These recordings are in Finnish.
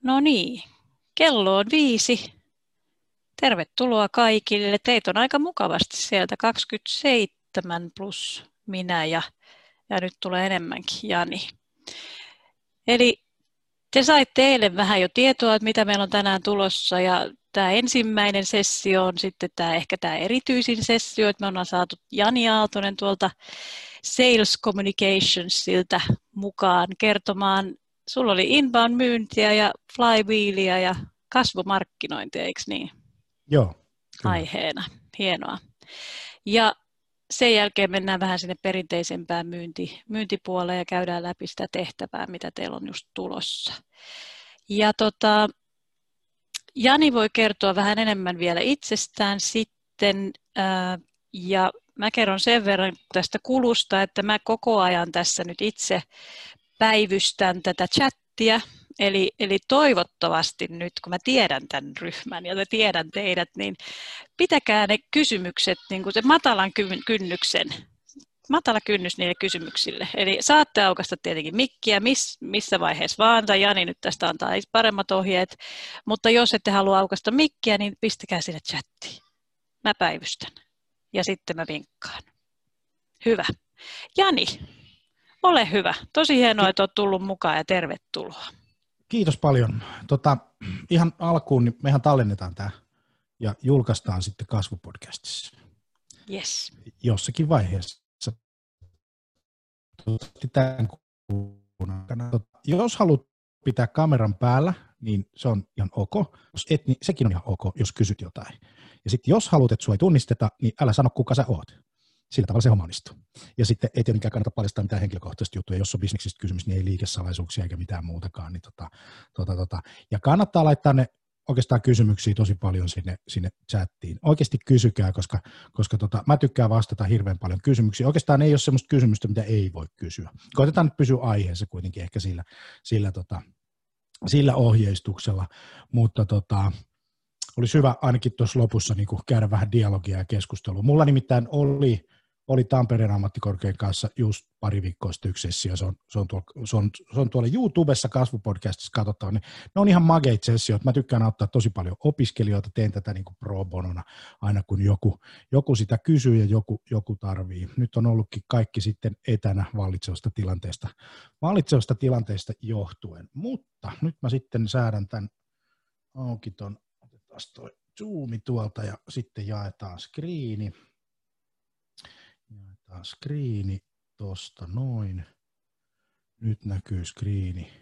No niin, kello on 5. Tervetuloa kaikille. Teitä on aika mukavasti sieltä 27 plus minä ja nyt tulee enemmänkin Jani. Eli te saitte eilen vähän jo tietoa, että mitä meillä on tänään tulossa ja tämä ensimmäinen sessio on sitten ehkä tämä erityisin sessio, että me ollaan saatu Jani Aaltonen tuolta Sales Communicationsilta mukaan kertomaan. Sulla oli inbound-myyntiä ja flywheelia ja kasvumarkkinointia, eikö niin? Joo, kyllä. Aiheena. Hienoa. Ja sen jälkeen mennään vähän sinne perinteisempään myyntipuoleen ja käydään läpi sitä tehtävää, mitä teillä on just tulossa. Ja Jani voi kertoa vähän enemmän vielä itsestään sitten. Ja mä kerron sen verran tästä kulusta, että mä koko ajan tässä nyt itse päivystän tätä chattia. Eli toivottavasti nyt, kun mä tiedän tämän ryhmän ja mä tiedän teidät, niin pitäkää ne kysymykset niin kuin se matala kynnys niille kysymyksille. Eli saatte aukaista tietenkin mikkiä missä vaiheessa vaan, tai Jani nyt tästä antaa paremmat ohjeet, mutta jos ette halua aukaista mikkiä, niin pistäkää sinne chattiin. Mä päivystän ja sitten mä vinkkaan. Hyvä. Jani, ole hyvä. Tosi hienoa, että olet tullut mukaan ja tervetuloa. Kiitos paljon. Ihan alkuun niin mehän tallennetaan tämä ja julkaistaan sitten kasvupodcastissa. Yes. Jossakin vaiheessa. Jos haluat pitää kameran päällä, niin se on ihan ok. Jos et, niin sekin on ihan ok, jos kysyt jotain. Ja sitten jos haluat, että sua ei tunnisteta, niin älä sano, kuka sä oot. Sillä tavalla se homma onnistuu. Ja sitten ei tietenkään kannata paljastaa mitään henkilökohtaista juttuja. Jos on bisneksistä kysymys, niin ei liikesalaisuuksia eikä mitään muutakaan. Niin Ja kannattaa laittaa ne oikeastaan kysymyksiä tosi paljon sinne chattiin. Oikeasti kysykää, koska mä tykkään vastata hirveän paljon kysymyksiä. Oikeastaan ei ole sellaista kysymystä, mitä ei voi kysyä. Koitetaan nyt pysyä aiheessa kuitenkin ehkä sillä ohjeistuksella. Mutta olisi hyvä ainakin tuossa lopussa niin käydä vähän dialogia ja keskustelua. Mulla nimittäin oli Tampereen ammattikorkean kanssa just pari viikkoa sitten yksi sessio. Se on tuolla YouTubessa kasvupodcastissa katsottava. Ne on ihan mageita sessioita. Mä tykkään auttaa tosi paljon opiskelijoita. Teen tätä niin kuin pro bonona aina kun joku sitä kysyy ja joku tarvii. Nyt on ollutkin kaikki sitten etänä vallitsevasta tilanteesta johtuen. Mutta nyt mä sitten säädän tämän auki ton. Otetaan toi zoomi tuolta ja sitten jaetaan screeni. Jaetaan screeni tosta noin. Nyt näkyy screeni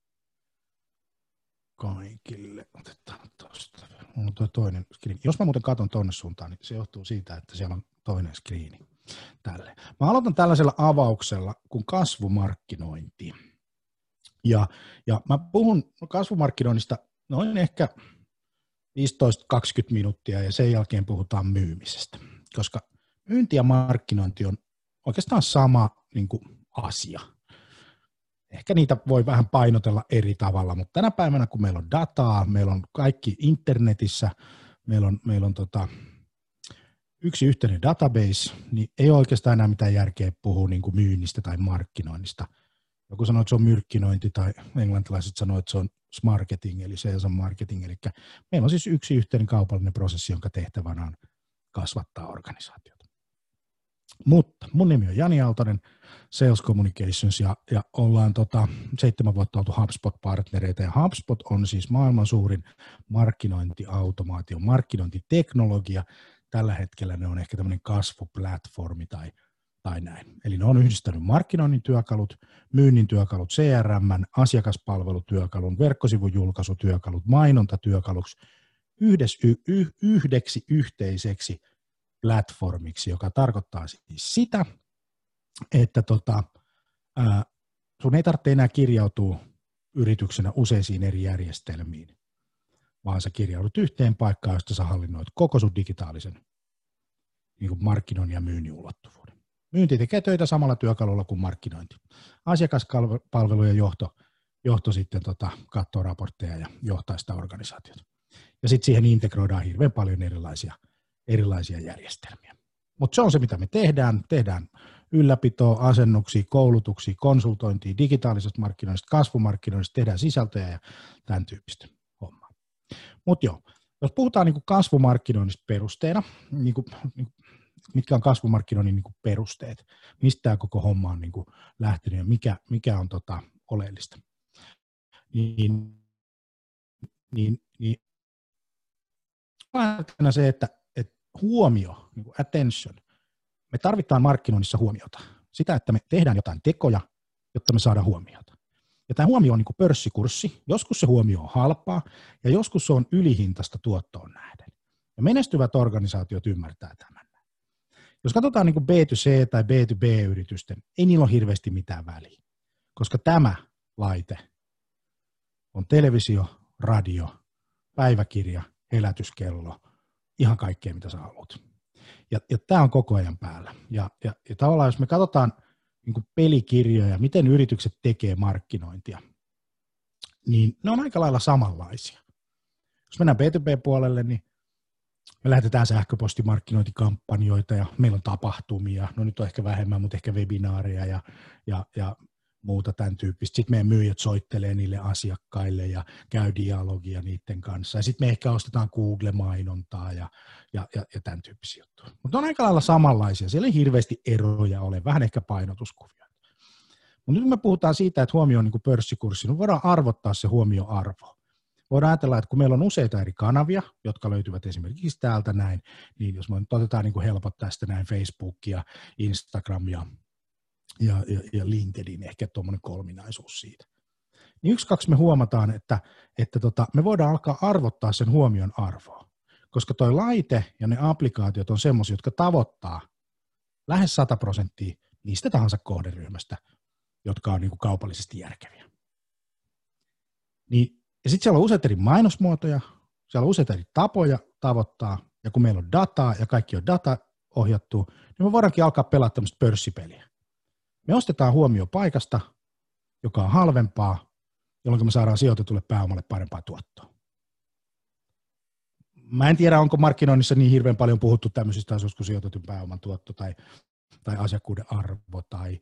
kaikille. Otetaan tosta. Mulla on toi toinen screeni. Jos mä muuten katson tonne suuntaan, niin se johtuu siitä, että siellä on toinen screeni. Tälle. Mä aloitan tällaisella avauksella kuin kasvumarkkinointi. Ja mä puhun kasvumarkkinoinnista noin ehkä 15-20 minuuttia ja sen jälkeen puhutaan myymisestä, koska myynti ja markkinointi on oikeastaan sama niin kuin asia. Ehkä niitä voi vähän painotella eri tavalla, mutta tänä päivänä kun meillä on dataa, meillä on kaikki internetissä, meillä on yksi yhteinen database, niin ei ole oikeastaan enää mitään järkeä puhua niin kuin myynnistä tai markkinoinnista. Joku sanoo, että se on myrkkinointi tai englantilaiset sanoo, että se on marketing eli sales and marketing. Eli meillä on siis yksi yhteinen kaupallinen prosessi, jonka tehtävänä on kasvattaa organisaatiota. Mutta mun nimi on Jani Aaltonen, Sales Communications ja ollaan 7 vuotta oltu HubSpot-partnereita ja HubSpot on siis maailman suurin markkinointiautomaatio, markkinointiteknologia. Tällä hetkellä ne on ehkä tämmöinen kasvuplatformi tai näin. Eli ne on yhdistänyt markkinoinnin työkalut, myynnin työkalut, CRM, asiakaspalvelutyökalun, verkkosivujulkaisutyökalut, mainontatyökaluksi yhdeksi yhteiseksi platformiksi, joka tarkoittaa siis sitä, että sun ei tarvitse enää kirjautua yrityksenä useisiin eri järjestelmiin, vaan sä kirjaudut yhteen paikkaan, josta sä hallinnoit koko sun digitaalisen niin kuin markkinoinnin ja myynnin ulottuvuuden. Myynti tekee töitä samalla työkalulla kuin markkinointi. Asiakaspalvelu ja johto sitten katsoo raportteja ja johtaa sitä organisaatiota. Ja sitten siihen integroidaan hirveän paljon erilaisia järjestelmiä. Mutta se on se, mitä me tehdään. Tehdään ylläpitoa, asennuksia, koulutuksia, konsultointia, digitaalisesta markkinoinnista, kasvumarkkinoinnista, tehdään sisältöjä ja tämän tyyppistä hommaa. Mutta joo, jos puhutaan niin kuin kasvumarkkinoinnista perusteena, mitkä on kasvumarkkinoinnin niin kuin perusteet, mistä tämä koko homma on niin kuin lähtenyt ja mikä on oleellista, niin se, että huomio, niin kuin attention, me tarvitaan markkinoinnissa huomiota. Sitä, että me tehdään jotain tekoja, jotta me saadaan huomiota. Ja tämä huomio on niin kuin pörssikurssi. Joskus se huomio on halpaa ja joskus se on ylihintaista tuottoon nähden. Ja menestyvät organisaatiot ymmärtää tämän. Jos katsotaan niin kuin B2C tai B2B-yritysten, ei niillä ole hirveästi mitään väliä. Koska tämä laite on televisio, radio, päiväkirja, helätyskello, ihan kaikkea mitä sä haluat. Ja tämä on koko ajan päällä. Ja tavallaan jos me katsotaan niin kuin pelikirjoja, miten yritykset tekee markkinointia, niin ne on aika lailla samanlaisia. Jos mennään B2B-puolelle, niin me lähetetään sähköpostimarkkinointikampanjoita ja meillä on tapahtumia, no nyt on ehkä vähemmän, mutta ehkä webinaareja ja muuta tämän tyyppistä. Sitten meidän myyjät soittelee niille asiakkaille ja käy dialogia niiden kanssa. Ja sitten me ehkä ostetaan Google-mainontaa ja tämän tyyppisiä juttuja. Mutta on aika lailla samanlaisia. Siellä ei hirveästi eroja ole, vähän ehkä painotuskuvia. Mutta nyt me puhutaan siitä, että huomio on niin kuin pörssikurssi, niin voidaan arvottaa se huomioarvo. Voidaan ajatella, että kun meillä on useita eri kanavia, jotka löytyvät esimerkiksi täältä näin, niin jos me nyt otetaan niin kuin helpot tästä näin Facebookia, Instagramia, ja LinkedIn, ehkä tuommoinen kolminaisuus siitä. Niin 1-2 me huomataan, että me voidaan alkaa arvottaa sen huomion arvoa, koska toi laite ja ne applikaatiot on semmoisia, jotka tavoittaa lähes 100% niistä tahansa kohderyhmästä, jotka on niin kuin kaupallisesti järkeviä. Ja sitten siellä on useita eri mainosmuotoja, siellä on useita eri tapoja tavoittaa, ja kun meillä on dataa ja kaikki on data ohjattu, niin me voidaankin alkaa pelaa tämmöistä pörssipeliä. Me ostetaan huomio paikasta, joka on halvempaa, jolloin me saadaan sijoitetulle pääomalle parempaa tuottoa. Mä en tiedä, onko markkinoinnissa niin hirveän paljon puhuttu tämmöisistä asioista kuin sijoitetun pääoman tuotto tai asiakkuuden arvo tai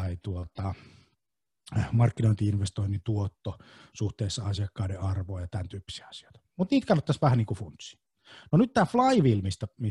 markkinointi-investoinnin tuotto suhteessa asiakkaiden arvoon ja tämän tyyppisiä asioita. Mutta niitä kannattaisi vähän niin kuin funtsia. No nyt tämä flywheel,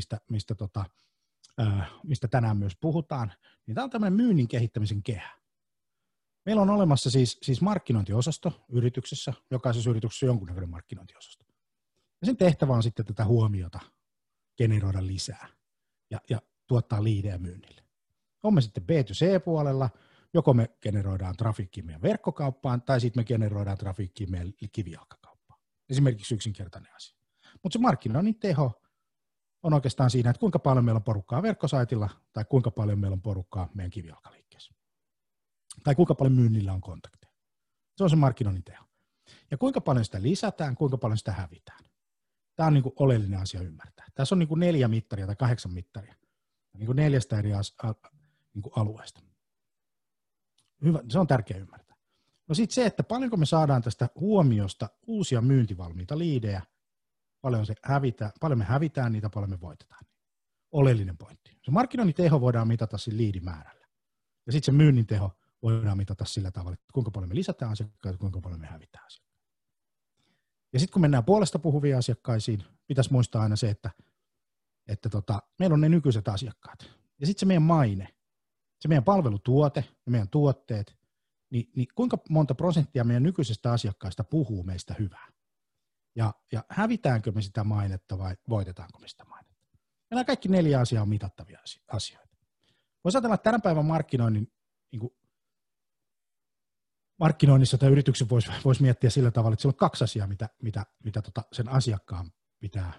mistä tänään myös puhutaan, niin tämä on tämmöinen myynnin kehittämisen kehä. Meillä on olemassa siis markkinointiosasto yrityksessä, jokaisessa yrityksessä on jonkunnäköinen markkinointiosasto. Ja sen tehtävä on sitten tätä huomiota generoida lisää ja tuottaa liidejä myynnille. On me sitten B2C-puolella, joko me generoidaan trafiikkiin meidän verkkokauppaan, tai sitten me generoidaan trafiikkiin meidän kivijalkakauppaan. Esimerkiksi yksinkertainen asia. Mutta se markkinoinnin teho on oikeastaan siinä, että kuinka paljon meillä on porukkaa verkkosaitilla, tai kuinka paljon meillä on porukkaa meidän kivijalkaliikkeessä. Tai kuinka paljon myynnillä on kontakteja. Se on se markkinoinnin teho. Ja kuinka paljon sitä lisätään, kuinka paljon sitä hävitään. Tämä on niin kuin oleellinen asia ymmärtää. Tässä on niin kuin 4 mittaria tai 8 mittaria. Niin kuin 4 eri niin kuin alueesta. Hyvä, se on tärkeää ymmärtää. No sitten se, että paljonko me saadaan tästä huomiosta uusia myyntivalmiita liidejä, paljon me hävitään niitä, paljon me voitetaan. Oleellinen pointti. Se markkinoinnin teho voidaan mitata sillä liidimäärällä. Ja sitten se myynnin teho voidaan mitata sillä tavalla, että kuinka paljon me lisätään asiakkaita, kuinka paljon me hävitään asiakkaita. Ja sitten kun mennään puolesta puhuviin asiakkaisiin, pitäisi muistaa aina se, että meillä on ne nykyiset asiakkaat. Ja sitten se meidän maine, se meidän palvelutuote ja meidän tuotteet, niin kuinka monta prosenttia meidän nykyisestä asiakkaista puhuu meistä hyvää. Ja hävitäänkö me sitä mainetta vai voitetaanko me sitä mainetta. Ja nämä kaikki 4 asiaa on mitattavia asioita. Voisi ajatella, että tämän päivän markkinoinnissa tai yrityksen voisi miettiä sillä tavalla, että siellä on 2 asiaa, mitä sen asiakkaan pitää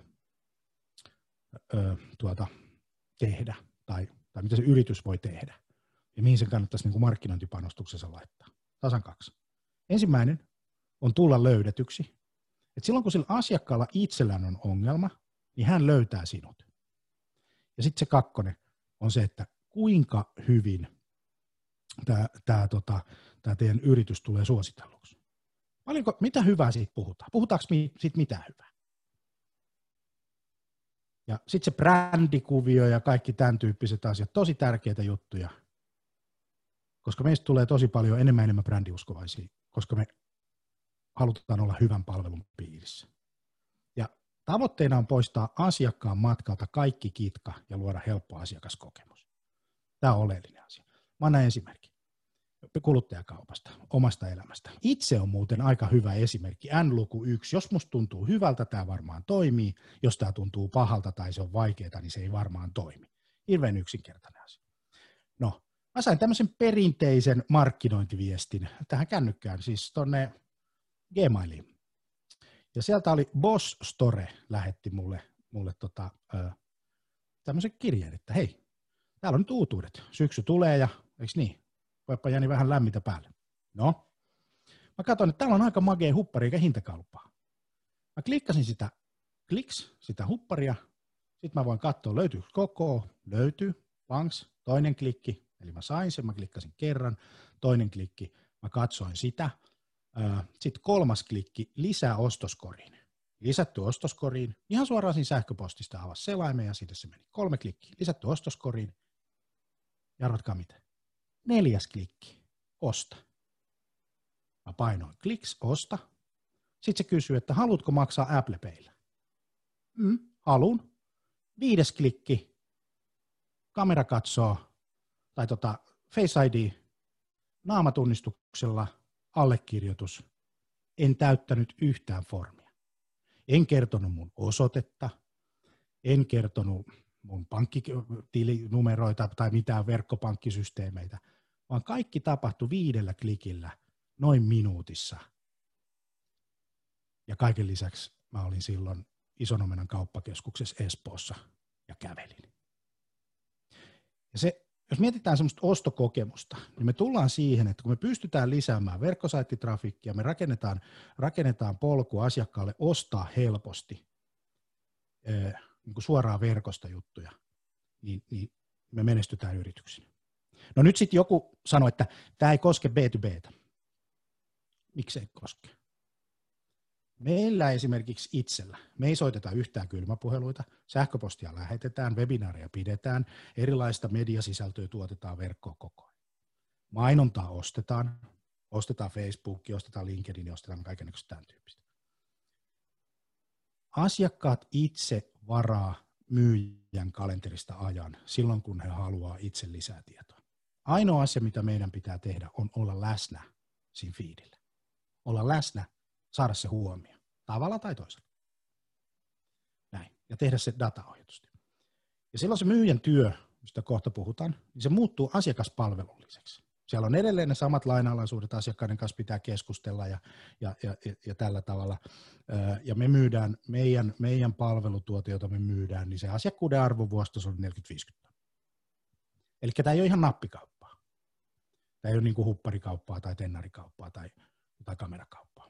tehdä tai mitä se yritys voi tehdä ja mihin sen kannattaisi niin kuin markkinointipanostuksensa laittaa. Tasan 2. Ensimmäinen on tulla löydetyksi. Et silloin kun sillä asiakkaalla itsellään on ongelma, niin hän löytää sinut. Ja sitten se 2 on se, että kuinka hyvin tämä teidän yritys tulee suositelluksi. Mitä hyvää siitä puhutaan? Puhutaanko siitä mitään hyvää? Ja sitten se brändikuvio ja kaikki tämän tyyppiset asiat, tosi tärkeitä juttuja. koska meistä tulee tosi paljon enemmän brändiuskovaisia, koska me halutaan olla hyvän palvelun piirissä. Ja tavoitteena on poistaa asiakkaan matkalta kaikki kitka ja luoda helppo asiakaskokemus. Tämä on oleellinen asia. Mä annan esimerkki kuluttajakaupasta, omasta elämästä. Itse on muuten aika hyvä esimerkki. N-luku 1. Jos musta tuntuu hyvältä, tämä varmaan toimii. Jos tämä tuntuu pahalta tai se on vaikeaa, niin se ei varmaan toimi. Hirveän yksinkertainen asia. No, mä sain tämmöisen perinteisen markkinointiviestin tähän kännykkään, siis tonne Gmailiin. Ja sieltä oli Boss Store lähetti mulle tämmöisen kirjeen, että hei, täällä on nyt uutuudet. Syksy tulee ja, eikö niin? Voipa Jani vähän lämmitä päälle. No, mä katsoin, että täällä on aika magea huppari eikä hintakauppaa. Mä klikkasin sitä hupparia, sitten mä voin katsoa, löytyykö koko, löytyy, panks, toinen klikki, eli mä sain sen, mä klikkasin kerran, toinen klikki, mä katsoin sitä, sitten kolmas klikki, lisää ostoskoriin. Lisätty ostoskoriin, ihan suoraan siinä sähköpostista avasi selaimen ja siitä se meni. 3 klikkiä, lisätty ostoskoriin, ja arvatkaa mitä. 4. klikki, osta. Mä painoin kliks, osta. Sitten se kysyy, että haluatko maksaa Apple Payllä? Haluun. 5. klikki, kamera katsoo, tai Face ID, naamatunnistuksella, allekirjoitus. En täyttänyt yhtään formia. En kertonut mun osoitetta, en kertonut mun pankkitilinumeroita tai mitään verkkopankkisysteemeitä, vaan kaikki tapahtui 5 klikillä noin minuutissa. Ja kaiken lisäksi mä olin silloin Isonomenan kauppakeskuksessa Espoossa ja kävelin. Ja se, jos mietitään semmoista ostokokemusta, niin me tullaan siihen, että kun me pystytään lisäämään verkkosaittitrafiikkia, me rakennetaan polku asiakkaalle ostaa helposti niin kuin suoraan verkosta juttuja, niin me menestytään yrityksinä. No nyt sitten joku sanoi, että tämä ei koske B2Btä. Miksi ei koske? Meillä esimerkiksi itsellä, me ei soiteta yhtään kylmäpuheluita, sähköpostia lähetetään, webinaareja pidetään, erilaista mediasisältöä tuotetaan verkkoon koko ajan. Mainontaa ostetaan Facebookia, ostetaan LinkedIn, ostetaan kaikennäköistä tämän tyyppistä. Asiakkaat itse varaa myyjän kalenterista ajan silloin, kun he haluaa itse lisää tietoa. Ainoa asia, mitä meidän pitää tehdä, on olla läsnä siinä feedillä. Olla läsnä, saada se huomio, tavalla tai toisella. Näin. Ja tehdä se dataohjatusti. Ja silloin se myyjän työ, mistä kohta puhutaan, niin se muuttuu asiakaspalvelulliseksi. Siellä on edelleen ne samat lainalaisuudet, asiakkaiden kanssa pitää keskustella ja tällä tavalla. Ja me myydään, meidän palvelutuote, jota me myydään, niin se asiakkuuden arvovuostos on 40-50. Eli tämä ei ole ihan nappikauppaa. Tämä ei ole niin kuin hupparikauppaa tai tennarikauppaa tai kamerakauppaa.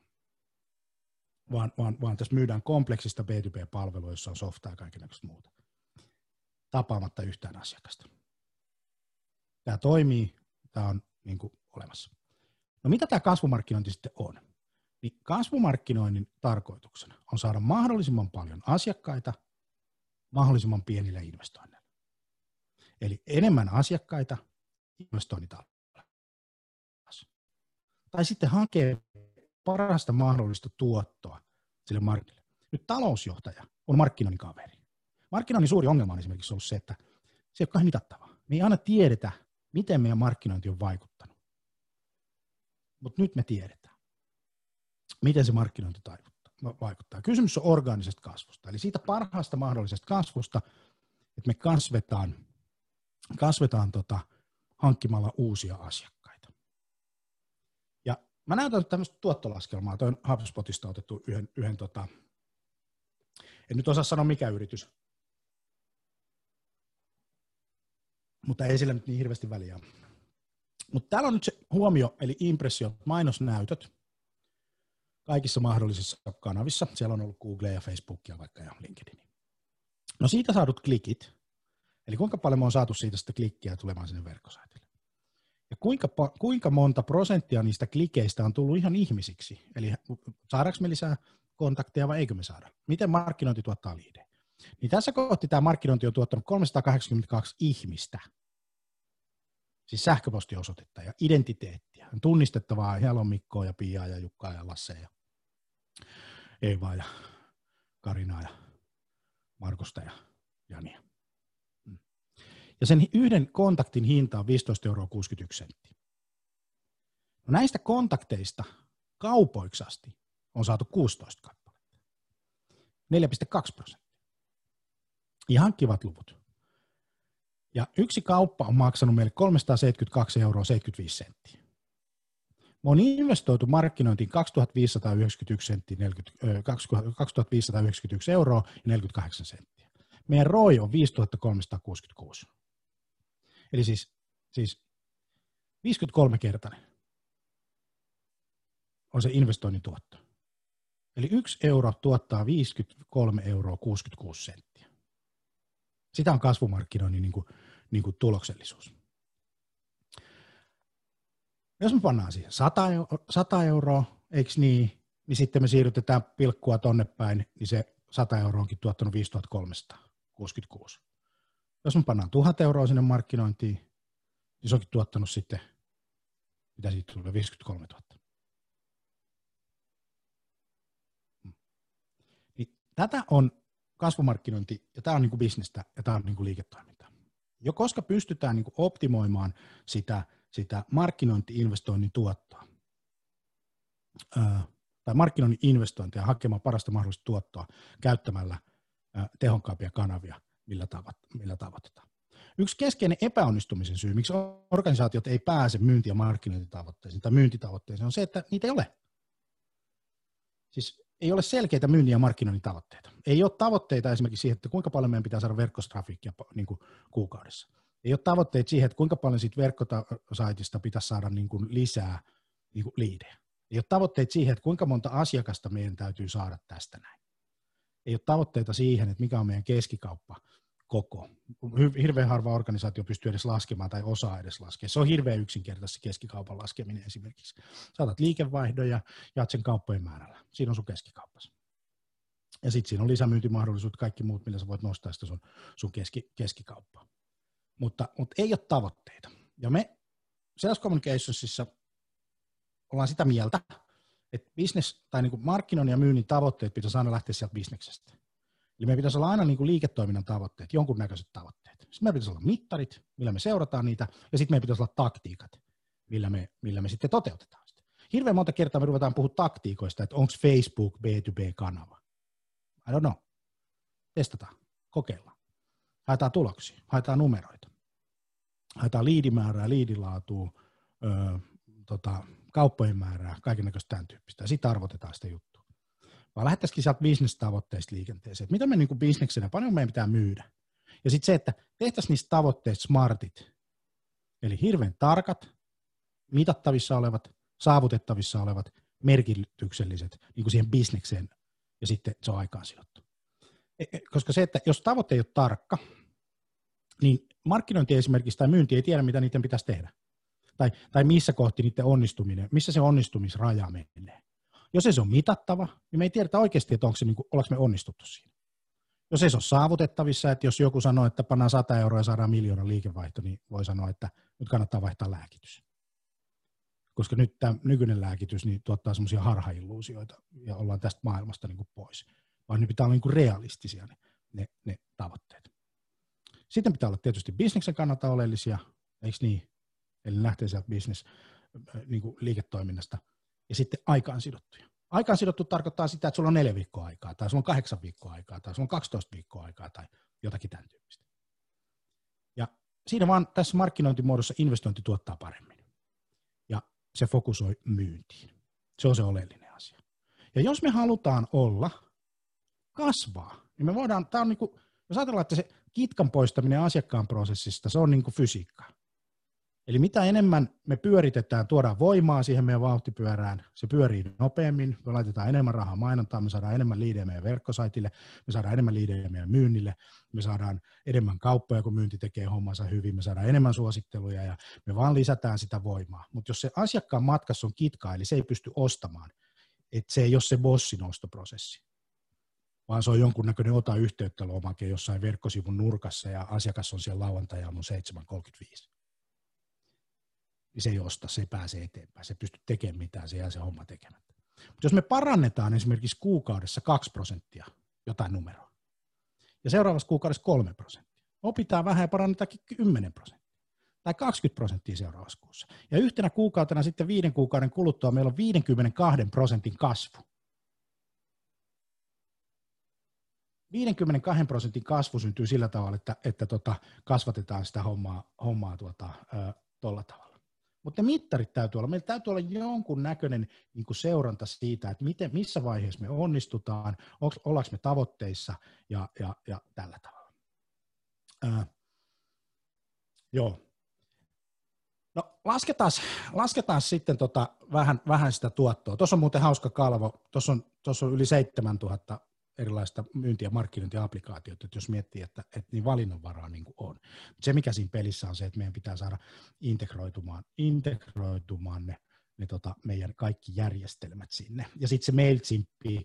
Vaan tässä myydään kompleksista B2B-palvelua, jossa on softaa ja kaikenlaista muuta. Tapaamatta yhtään asiakasta. Tämä toimii, tämä on niin kuin olemassa. No mitä tämä kasvumarkkinointi sitten on? Niin kasvumarkkinoinnin tarkoituksena on saada mahdollisimman paljon asiakkaita mahdollisimman pienillä investoinneilla. Eli enemmän asiakkaita, investoinnit alas. Tai sitten hakee parasta mahdollista tuottoa sille markkinoille. Nyt talousjohtaja on markkinoinnin kaveri. Markkinoinnin suuri ongelma on esimerkiksi ollut se, että se ei ole kauhean mitattavaa. Me ei aina tiedetä, miten meidän markkinointi on vaikuttanut. Mutta nyt me tiedetään, miten se markkinointi vaikuttaa. Kysymys on orgaanisesta kasvusta, eli siitä parhaasta mahdollisesta kasvusta, että me kasvetaan hankkimalla uusia asiakkaita. Ja mä näytän tämmöistä tuottolaskelmaa. Toi on HubSpotista otettu yhden en nyt osaa sanoa mikä yritys, mutta ei sillä nyt niin hirveästi väliä. Mutta täällä on nyt se huomio, eli impressiot, mainosnäytöt kaikissa mahdollisissa kanavissa. Siellä on ollut Google ja Facebookia vaikka ja LinkedIn. No siitä saadut klikit, eli kuinka paljon me on saatu siitä sitä klikkiä tulemaan sinne verkkosaitille. Ja kuinka monta prosenttia niistä klikeistä on tullut ihan ihmisiksi, eli saadaanko me lisää kontakteja vai eikö me saada? Miten markkinointi tuottaa liidejä? Niin tässä kohti tämä markkinointi on tuottanut 382 ihmistä siis sähköpostiosoitetta ja identiteettiä, tunnistettavaa, siellä on Mikkoa ja Piaa ja Jukkaa ja Lasse ja Eevaa ja Karinaa ja Markusta ja Jania. Ja sen yhden kontaktin hinta on 15,61 €. No näistä kontakteista kaupoiksi asti on saatu 16 kappaletta. 4,2%. Ihan kivat luvut. Ja yksi kauppa on maksanut meille 372,75 €. Me on investoitu markkinointiin 2591,48 €. Meidän ROI on 5366. Eli siis 53-kertainen on se investoinnin tuotto. Eli 1 € tuottaa 53,66 €. Sitä on kasvumarkkinoinnin niin kuin tuloksellisuus. Jos me pannaan siihen 100 €, eikö niin sitten me siirrytetään pilkkua tonne päin, niin se 100 € onkin tuottanut 5366. Jos me pannaan 1000 € sinne markkinointiin, niin se onkin tuottanut sitten, mitä siitä tulee, 53 000. Niin tätä on kasvumarkkinointi, ja tämä on niin kuin bisnestä, ja tämä on niin kuin liiketoimintaa. Jo koska pystytään niin kuin optimoimaan sitä markkinointi-investoinnin tuottoa, tai markkinoinnin investointia hakemaan parasta mahdollista tuottoa käyttämällä tehokkaampia kanavia, millä tavoitetaan. Yksi keskeinen epäonnistumisen syy, miksi organisaatiot ei pääse myynti- ja markkinointitavoitteisiin tai myyntitavoitteisiin, on se, että niitä ei ole. Siis ei ole selkeitä myynnin ja markkinoinnin tavoitteita. Ei ole tavoitteita esimerkiksi siihen, että kuinka paljon meidän pitää saada verkkostrafiikkia niin kuin kuukaudessa. Ei ole tavoitteita siihen, että kuinka paljon siitä verkkosaitista pitäisi saada niin kuin lisää niin kuin liidejä. Ei ole tavoitteita siihen, että kuinka monta asiakasta meidän täytyy saada tästä näin. Ei ole tavoitteita siihen, että mikä on meidän keskikauppa koko. Hirveän harva organisaatio pystyy edes laskemaan tai osaa edes laskea. Se on hirveän yksinkertaisesti keskikaupan laskeminen esimerkiksi. Saatat liikevaihdon ja jaat sen kauppojen määrällä. Siinä on sun keskikauppas. Ja sitten siinä on lisämyyntimahdollisuudet, kaikki muut, millä sä voit nostaa sitä sun keskikauppaa. Mutta ei ole tavoitteita. Ja me Sales Communicationsissa ollaan sitä mieltä, että business tai niin kuin markkinoinnin ja myynnin tavoitteet pitäisi aina lähteä sieltä bisneksestä. Eli meidän pitäisi olla aina niin kuin liiketoiminnan tavoitteet, jonkunnäköiset tavoitteet. Sitten meillä pitäisi olla mittarit, millä me seurataan niitä, ja sitten meillä pitäisi olla taktiikat, millä me sitten toteutetaan sitä. Hirveän monta kertaa me ruvetaan puhumaan taktiikoista, että onko Facebook B2B-kanava. I don't know. Testataan, kokeillaan. Haetaan tuloksia, haetaan numeroita. Haetaan liidimäärää, liidilaatua, kauppojen määrää, kaikennäköistä tämän tyyppistä. Ja sitten arvotetaan sitä juttua. Vaan lähdettäisikin sieltä business-tavoitteista liikenteeseen. Että mitä me niin kuin bisneksenä, paljon meidän pitää myydä. Ja sitten se, että tehtäisiin niistä tavoitteista smartit. Eli hirveän tarkat, mitattavissa olevat, saavutettavissa olevat, merkitykselliset niin kuin siihen bisnekseen. Ja sitten se on aikaan sidottu. Koska se, että jos tavoite ei ole tarkka, niin markkinointi esimerkiksi tai myynti ei tiedä, mitä niiden pitäisi tehdä. Tai missä kohti niiden onnistuminen, missä se onnistumisraja menee. Jos ei se ole mitattava, niin me ei tiedetä oikeasti, että ollaanko me onnistuttu siinä. Jos ei se ole saavutettavissa, että jos joku sanoo, että pannaan 100 € ja saadaan 1 000 000 liikevaihto, niin voi sanoa, että nyt kannattaa vaihtaa lääkitys. Koska nyt tämä nykyinen lääkitys niin tuottaa semmoisia harhailluusioita ja ollaan tästä maailmasta niin kuin pois. Vaan ne pitää olla niin kuin realistisia ne tavoitteet. Sitten pitää olla tietysti bisneksen kannalta oleellisia, eikö niin? Eli lähtee sieltä business niin kuin liiketoiminnasta. Ja sitten aikaan sidottuja. Aikaan sidottu tarkoittaa sitä, että sulla on 4 viikkoa aikaa, tai sulla on 8 viikkoa aikaa, tai sulla on 12 viikkoa aikaa, tai jotakin tämän tyyppistä. Ja siinä vaan tässä markkinointimuodossa investointi tuottaa paremmin. Ja se fokusoi myyntiin. Se on se oleellinen asia. Ja jos me halutaan kasvaa, niin me voidaan, tämä on niin kuin, jos ajatellaan, että se kitkan poistaminen asiakkaan prosessista, se on niin kuin fysiikkaa. Eli mitä enemmän me pyöritetään, tuodaan voimaa siihen meidän vauhtipyörään, se pyörii nopeammin, me laitetaan enemmän rahaa mainontaan, me saadaan enemmän liidejä meidän verkkosaitille, me saadaan enemmän liidejä meidän myynnille, me saadaan enemmän kauppoja, kun myynti tekee hommansa hyvin, me saadaan enemmän suositteluja ja me vaan lisätään sitä voimaa. Mutta jos se asiakkaan matkassa on kitkaa, eli se ei pysty ostamaan, että se ei ole se bossin ostoprosessi, vaan se on jonkunnäköinen ota yhteyttä lomake jossain verkkosivun nurkassa ja asiakas on siellä lauantai-aamun 7.35. niin se ei osta, se ei pääse eteenpäin, se ei pysty tekemään mitään, se jää se homma tekemättä. Mutta jos me parannetaan esimerkiksi kuukaudessa 2% jotain numeroa, ja seuraavassa kuukaudessa 3%, opitaan vähän ja parannetaankin 10%, tai 20% seuraavassa kuussa. Ja yhtenä kuukautena sitten 5 kuukauden kuluttua meillä on 52% kasvu. 52% kasvu syntyy sillä tavalla, että kasvatetaan sitä hommaa tuolla tavalla. Mutta ne mittarit täytyy olla. Meillä täytyy olla jonkun näköinen niin kuin seuranta siitä, että missä vaiheessa me onnistutaan, ollaanko me tavoitteissa ja tällä tavalla. Joo. No lasketaan sitten vähän sitä tuottoa. Tuossa on muuten hauska kalvo. Tuossa on yli 7000 erilaista myynti- ja markkinointiapplikaatioita, että jos miettii, että niin valinnanvaraa niin kuin on. Se, mikä siinä pelissä on se, että meidän pitää saada integroitumaan ne meidän kaikki järjestelmät sinne. Ja sitten se MailChimpi,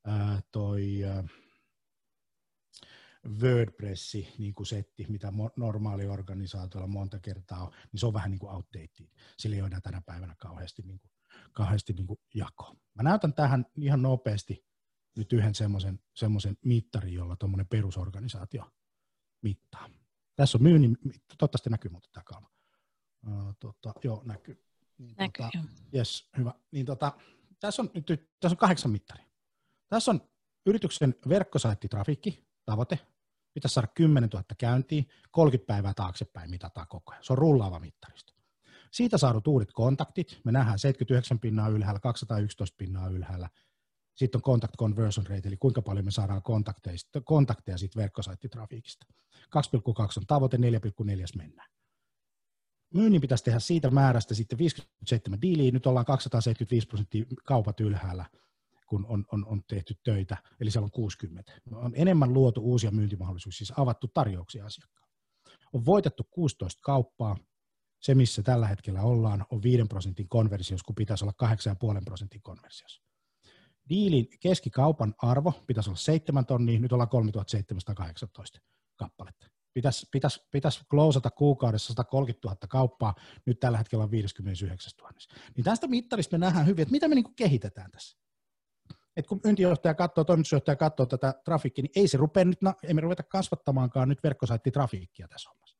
WordPressi niin kuin setti, mitä normaali organisaatiolla monta kertaa on, niin se on vähän niin kuin outdated. Sillä ei ole enää tänä päivänä kauheasti niin kuin jakoa. Mä näytän tähän ihan nopeasti nyt yhden semmoisen mittarin, jolla tuommoinen perusorganisaatio mittaa. Tässä on myynnin, toivottavasti näkyy muuten tämä kalvo. Joo, näkyy. Näkyy. Yes, hyvä. Niin tässä on 8 mittaria. Tässä on yrityksen verkkosaitti-trafiikki, tavoite. Pitäisi saada 10 000 käyntiä, 30 päivää taaksepäin mitataan koko ajan. Se on rullaava mittaristo. Siitä saadut uudet kontaktit. Me nähdään 79% ylhäällä, 211% ylhäällä. Sitten on contact conversion rate, eli kuinka paljon me saadaan kontakteja siitä verkkosaitti-trafiikista. 2,2 on tavoite, 4,4 mennään. Myynnin pitäisi tehdä siitä määrästä sitten 57 diiliä, nyt ollaan 275% kaupat ylhäällä, kun on tehty töitä, eli siellä on 60. On enemmän luotu uusia myyntimahdollisuuksia, siis avattu tarjouksia asiakkaalle. On voitettu 16 kauppaa, se missä tällä hetkellä ollaan on 5% konversiossa, kun pitäisi olla 8,5% konversiossa. Diilin keskikaupan arvo pitäisi olla 7 tonnia, nyt ollaan 3718 kappaletta. Pitäisi closata kuukaudessa 130 000 kauppaa, nyt tällä hetkellä on 59 000. Niin tästä mittarista me nähdään hyvin, että mitä me niin kehitetään tässä. Et kun myyntijohtaja katsoo, toimitusjohtaja katsoo tätä trafiikkia, niin ei se rupea nyt, ei me ruveta kasvattamaankaan nyt verkkosaitti-trafiikkia tässä hommassa.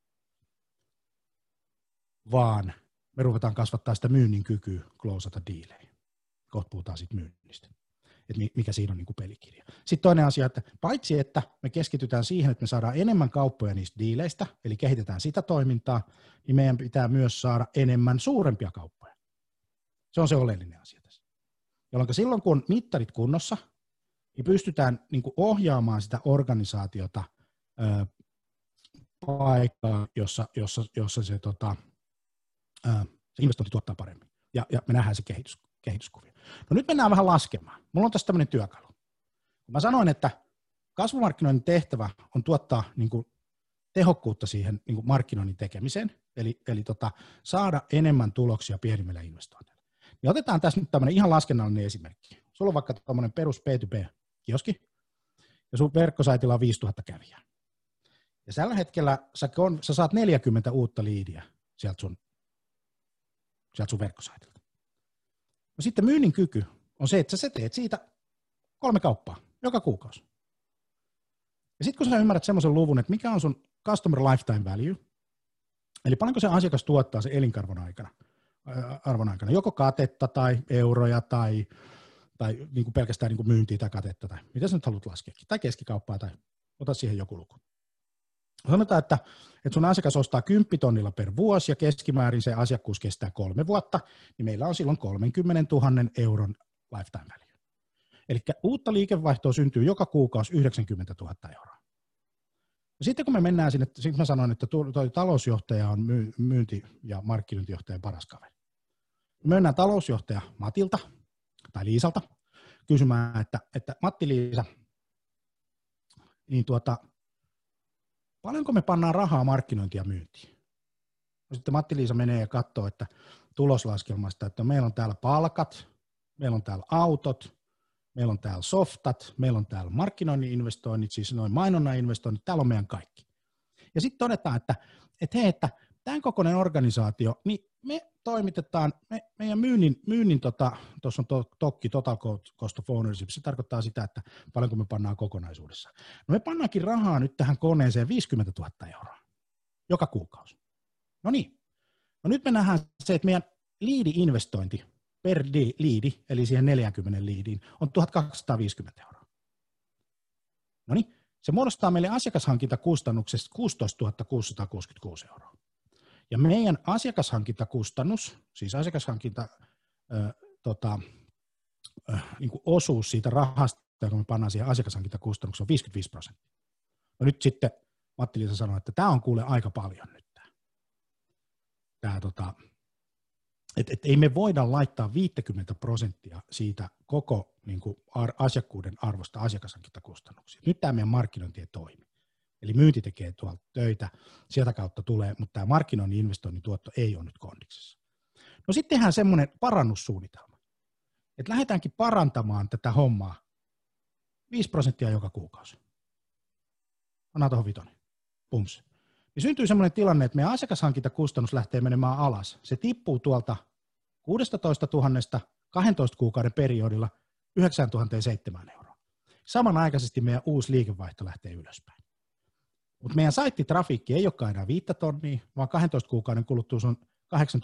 Vaan me ruvetaan kasvattaa sitä myynnin kykyä closata diilejä. Kohta puhutaan siitä myynnistä. Että mikä siinä on niin kuin pelikirja. Sitten toinen asia, että paitsi että me keskitytään siihen, että me saadaan enemmän kauppoja niistä diileistä, eli kehitetään sitä toimintaa, niin meidän pitää myös saada enemmän suurempia kauppoja. Se on se oleellinen asia tässä. Jolloin silloin, kun on mittarit kunnossa, niin pystytään niin kuin ohjaamaan sitä organisaatiota paikkaan, jossa se investointi tuottaa paremmin. Ja me nähdään se kehityskuvia. No nyt mennään vähän laskemaan. Mulla on tässä tämmöinen työkalu. Mä sanoin, että kasvumarkkinoinnin tehtävä on tuottaa niin kuin tehokkuutta siihen niin kuin markkinoinnin tekemiseen, eli saada enemmän tuloksia pienimmillä investoinneilla. Ja otetaan tässä nyt tämmöinen ihan laskennallinen esimerkki. Sulla on vaikka tämmöinen perus B2B-kioski, ja sun verkkosaitilla on 5000 kävijää. Ja tällä hetkellä sä saat 40 uutta liidiä sieltä sun verkkosaitilta. No sitten myynnin kyky on se, että sä teet siitä 3 kauppaa joka kuukausi. Ja sitten kun sä ymmärrät semmoisen luvun, että mikä on sun customer lifetime value, eli paljonko se asiakas tuottaa sen elinkarvon aikana, joko katetta tai euroja tai niin kuin pelkästään niin kuin myyntiä tai katetta tai mitä sä nyt haluat laskeekin, tai keskikauppaa tai ota siihen joku luku. Sanotaan, että sun asiakas ostaa 10 tonnilla per vuosi ja keskimäärin se asiakkuus kestää 3 vuotta, niin meillä on silloin 30 000 euron lifetime value. Eli uutta liikevaihtoa syntyy joka kuukausi 90 000 euroa. Ja sitten kun me mennään sinne, sitten mä sanoin, että tuo talousjohtaja on myynti- ja markkinointijohtajan paras kaveri. Me mennään talousjohtaja Matilta tai Liisalta kysymään, että Matti-Liisa, niin paljonko me pannaan rahaa markkinointia ja myyntiin? No sitten Matti-Liisa menee ja katsoo, että tuloslaskelmasta, että meillä on täällä palkat, meillä on täällä autot, meillä on täällä softat, meillä on täällä markkinoinnin investoinnit, siis noin mainonnan investoinnit, täällä on meidän kaikki. Ja sitten todetaan, että tämän kokoinen organisaatio, niin me toimitetaan, meidän myynnin tuossa on TOCI, Total Cost of Ownership, se tarkoittaa sitä, että paljonko me pannaan kokonaisuudessa. No me pannaankin rahaa nyt tähän koneeseen 50 000 euroa joka kuukausi. No niin, no nyt me nähdään se, että meidän liidi-investointi per liidi, eli siihen 40 liidiin, on 1250 euroa. No niin, se muodostaa meille asiakashankintakustannuksesta 16 666 euroa. Ja meidän asiakashankintakustannus, siis asiakashankinta niin kuin osuus siitä rahasta, joka me pannaan siihen asiakashankintakustannukseen, on 55%. No nyt sitten Matti-Liisa sanoi, että tämä on kuule aika paljon nyt. Että ei me voida laittaa 50% siitä koko niin kuin asiakkuuden arvosta asiakashankintakustannuksiin. Nyt tämä meidän markkinointi ei toimi. Eli myynti tekee tuolta töitä, sieltä kautta tulee, mutta tämä markkinoinnin investoinnin tuotto ei ole nyt kondiksessa. No sitten tehdään semmoinen parannussuunnitelma, että lähdetäänkin parantamaan tätä hommaa 5% joka kuukausi. Anna tuohon vitonen. Pums. Niin syntyy semmoinen tilanne, että meidän asiakashankintakustannus lähtee menemään alas. Se tippuu tuolta 16 000 12 kuukauden periodilla 9 700 euroa. Samanaikaisesti meidän uusi liikevaihto lähtee ylöspäin. Mutta meidän saittitrafiikki ei olekaan enää 5 tonnia, vaan 12 kuukauden kuluttua on 8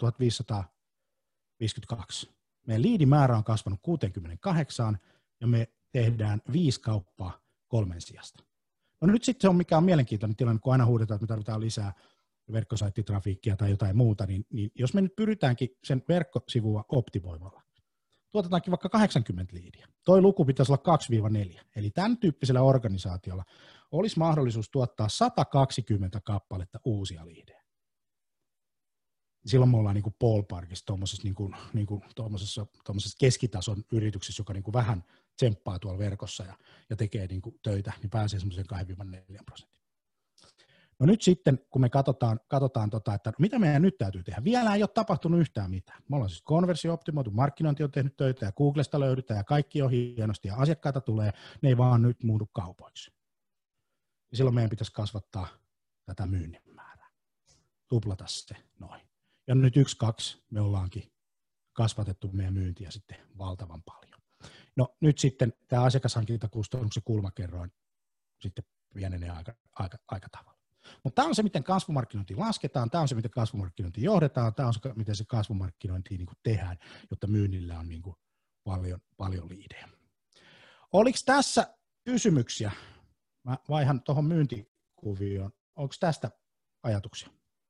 552. Meidän liidimäärä on kasvanut 68 ja me tehdään 5 kauppaa 3 sijasta. No nyt sitten se on mikä on mielenkiintoinen tilanne, kun aina huudetaan, että me tarvitaan lisää verkkosaittitrafiikkia tai jotain muuta, niin jos me nyt pyritäänkin sen verkkosivua optimoimalla, tuotetaankin vaikka 80 liidiä. Toi luku pitäisi olla 2-4, eli tämän tyyppisellä organisaatiolla olisi mahdollisuus tuottaa 120 kappaletta uusia liidejä. Silloin me ollaan niin kuin ballparkissa, tuommoisessa keskitason yrityksessä, joka niin kuin vähän tsemppaa tuolla verkossa ja tekee niin kuin töitä, niin pääsee semmoiseen 2-4%. No nyt sitten, kun me katsotaan että mitä meidän nyt täytyy tehdä, vielä ei ole tapahtunut yhtään mitään. Me ollaan siis konversio optimoitu, markkinointi on tehnyt töitä ja Googlesta löydetään ja kaikki on hienosti ja asiakkaita tulee, ne ei vaan nyt muutu kaupoiksi. Ja silloin meidän pitäisi kasvattaa tätä myynnin määrää, tuplata se noin. Ja nyt 1-2 me ollaankin kasvatettu meidän myyntiä sitten valtavan paljon. No nyt sitten tämä asiakashankintakustannuksen kulmakerroin sitten pienenee aika tavalla. Mutta tämä on se, miten kasvumarkkinointi lasketaan, tämä on se, miten kasvumarkkinointi johdetaan, tämä on se, miten se kasvumarkkinointi niin kuin tehdään, jotta myynnillä on niin kuin paljon liidejä. Oliko tässä kysymyksiä? Mä vaihan tuohon myyntikuvioon. Onko tästä ajatuksia?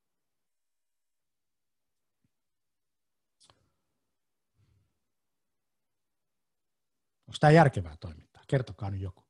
Onko tämä järkevää toimintaa? Kertokaa nyt joku.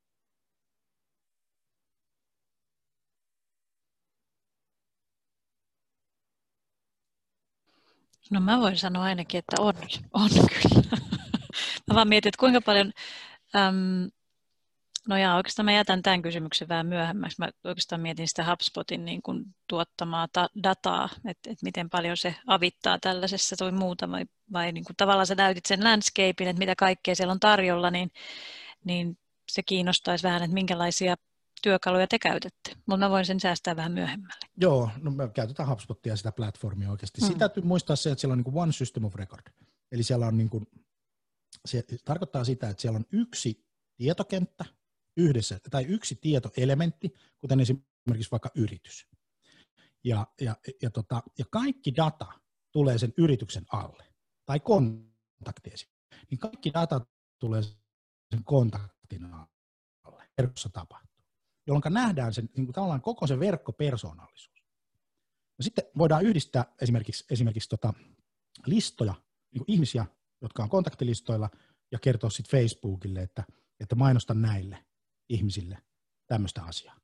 No mä voin sanoa ainakin, että on kyllä. Mä vaan mietin, että kuinka paljon, oikeastaan mä jätän tämän kysymyksen vähän myöhemmäksi. Mä oikeastaan mietin sitä HubSpotin niin kuin tuottamaa dataa, että miten paljon se avittaa tällaisessa tai muuta, vai niin kuin tavallaan sä näytit sen landscapein, että mitä kaikkea siellä on tarjolla, niin se kiinnostaisi vähän, että minkälaisia työkaluja te käytätte, mutta mä voin sen säästää vähän myöhemmälle. Joo, no me käytetään HubSpotia ja sitä platformia oikeasti. Sitä täytyy muistaa se, että siellä on niin kuin one system of record. Eli siellä on niin kuin, se tarkoittaa sitä, että siellä on yksi tietokenttä yhdessä, tai yksi tietoelementti, kuten esimerkiksi vaikka yritys. Ja kaikki data tulee sen yrityksen alle, tai kontakti esimerkiksi. Niin kaikki data tulee sen kontaktin alle, verkossa tapahtuu, jolloin nähdään sen, niin kuin tavallaan koko se verkkopersoonallisuus. No sitten voidaan yhdistää esimerkiksi listoja, niin kuin ihmisiä, jotka on kontaktilistoilla, ja kertoa sitten Facebookille, että mainosta näille ihmisille tämmöistä asiaa.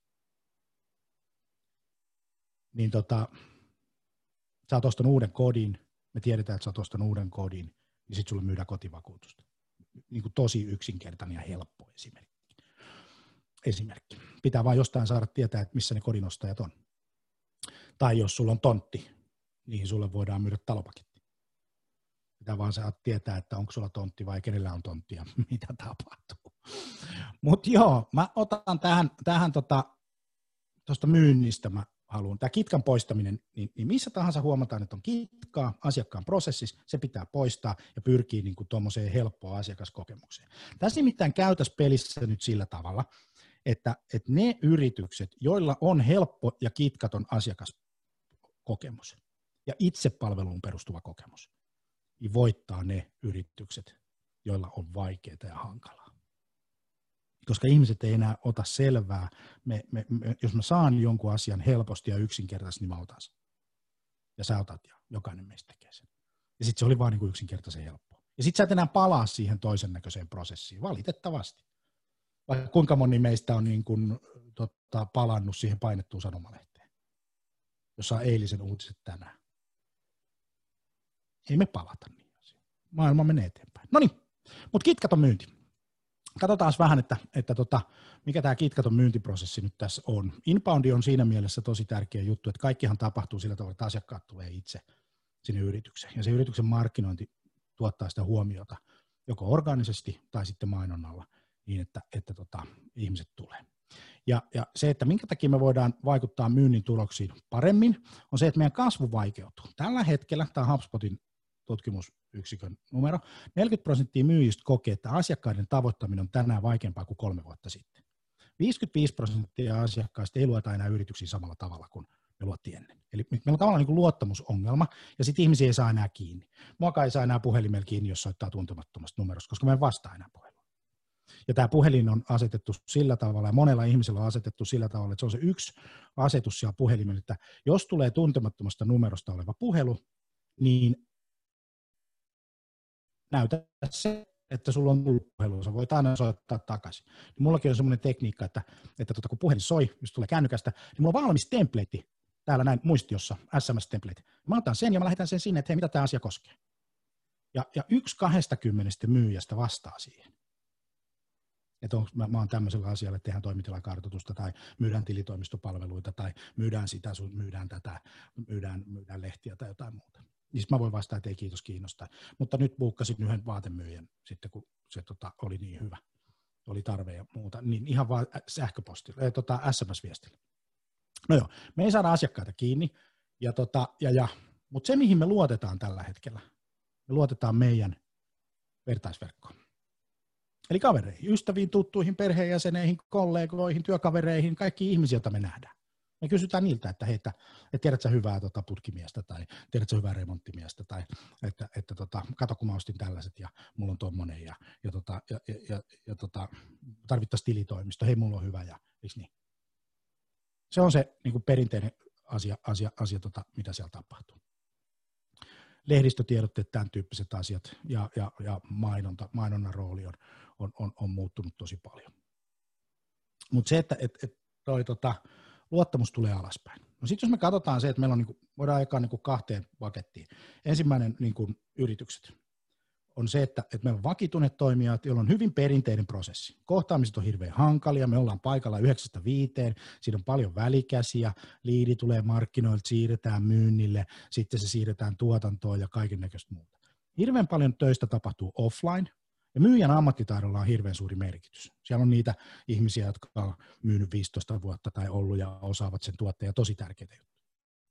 Niin sä oot ostanut uuden kodin, me tiedetään, että sä oot ostanut uuden kodin, niin sitten sulle myydään kotivakuutusta. Niin kuin tosi yksinkertainen ja helppo esimerkki. Pitää vaan jostain saada tietää, että missä ne kodinostajat on. Tai jos sulla on tontti, niin sulle voidaan myydä talopaketti. Pitää vaan saada tietää, että onko sulla tontti vai kenellä on tontti ja mitä tapahtuu. Mutta joo, mä otan tähän tuosta myynnistä, mä haluan. Tämä kitkan poistaminen, niin missä tahansa huomataan, että on kitkaa asiakkaan prosessissa, se pitää poistaa ja pyrkii niin kuin tuommoiseen helppoon asiakaskokemukseen. Tässä nimittäin käytäisiin pelissä nyt sillä tavalla, että ne yritykset, joilla on helppo ja kitkaton asiakaskokemus ja itsepalveluun perustuva kokemus, niin voittaa ne yritykset, joilla on vaikeaa ja hankalaa. Koska ihmiset ei enää ota selvää, jos mä saan jonkun asian helposti ja yksinkertaisesti, niin mä otan sen. Ja sä otat ja jokainen meistä tekee sen. Ja sitten se oli vaan niin kuin yksinkertaisen helppoa. Ja sitten sä et enää palaa siihen toisen näköiseen prosessiin, valitettavasti. Vaikka kuinka moni meistä on niin kuin, palannut siihen painettuun sanomalehteen, jossa on eilisen uutiset tänään. Ei me palata niin. Maailma menee eteenpäin. No niin, mutta kitkaton myynti. Katsotaan vähän, että mikä tämä kitkaton myyntiprosessi nyt tässä on. Inboundi on siinä mielessä tosi tärkeä juttu, että kaikkihan tapahtuu sillä tavalla, että asiakkaat tulee itse sinne yritykseen. Ja se yrityksen markkinointi tuottaa sitä huomiota joko orgaanisesti tai sitten mainonnalla niin, että ihmiset tulee. Ja se, että minkä takia me voidaan vaikuttaa myynnin tuloksiin paremmin, on se, että meidän kasvu vaikeutuu. Tällä hetkellä, tämä on HubSpotin tutkimusyksikön numero, 40% myyjistä kokee, että asiakkaiden tavoittaminen on tänään vaikeampaa kuin 3 vuotta sitten. 55% asiakkaista ei luota enää yrityksiin samalla tavalla kuin me luottiin ennen. Eli meillä on tavallaan niin kuin luottamusongelma, ja sitten ihmisiä ei saa enää kiinni. Muakaan ei saa enää puhelimella kiinni, jos soittaa tuntemattomasta numerosta, koska me ei vastaa enää puhelua. Ja tämä puhelin on asetettu sillä tavalla, ja monella ihmisellä on asetettu sillä tavalla, että se on se yksi asetus siellä puhelimella, että jos tulee tuntemattomasta numerosta oleva puhelu, niin näytä se, että sulla on tullut puhelu, sä voit aina soittaa takaisin. Niin mullakin on semmoinen tekniikka, että kun puhelin soi, jos tulee kännykästä, niin mulla on valmis template täällä näin muistiossa, SMS-template. Mä otan sen ja mä lähetän sen sinne, että hei, mitä tämä asia koskee. Ja 1/20 myyjästä vastaa siihen. Että mä oon tämmöisellä asialla, että tehdään toimitilakartoitusta tai myydään tilitoimistopalveluita tai myydään sitä, myydään tätä, myydään lehtiä tai jotain muuta. Niin mä voin vastata, että ei kiitos kiinnostaa. Mutta nyt buukkasin yhden vaatemyyjän sitten, kun se oli niin hyvä. Oli tarve ja muuta, niin ihan vaan sähköpostilla, SMS-viestillä. No joo, me ei saada asiakkaita kiinni, mutta se mihin me luotetaan tällä hetkellä, me luotetaan meidän vertaisverkkoon. Eli kavereihin, ystäviin, tuttuihin, perheenjäseneihin, kollegoihin, työkavereihin, kaikki ihmisiä, joita me nähdään. Me kysytään niiltä, että tiedätkö sä hyvää putkimiestä tai tiedätkö sä hyvää remonttimiestä tai että kato kun mä ostin tällaiset ja mulla on tommonen ja tarvittaisiin tilitoimisto, hei mulla on hyvä ja eikö niin? Se on se niin kuin perinteinen asia mitä siellä tapahtuu. Lehdistötiedotteet, tämän tyyppiset asiat ja mainonnan rooli on muuttunut tosi paljon. Mutta se, että luottamus tulee alaspäin. No sitten jos me katsotaan se, että meillä on, voidaan jakaa 2 pakettiin. Ensimmäinen yritykset on se, että meillä on vakituneet toimijat, joilla on hyvin perinteinen prosessi. Kohtaamiset on hirveän hankalia, me ollaan paikalla 9–5, siinä on paljon välikäsiä, liidi tulee markkinoilta, siirretään myynnille, sitten se siirretään tuotantoon ja kaiken näköistä muuta. Hirveän paljon töistä tapahtuu offline, ja myyjän ammattitaidolla on hirveän suuri merkitys. Siellä on niitä ihmisiä, jotka on myynyt 15 vuotta tai ollut ja osaavat sen tuotteen, ja tosi tärkeitä juttuja.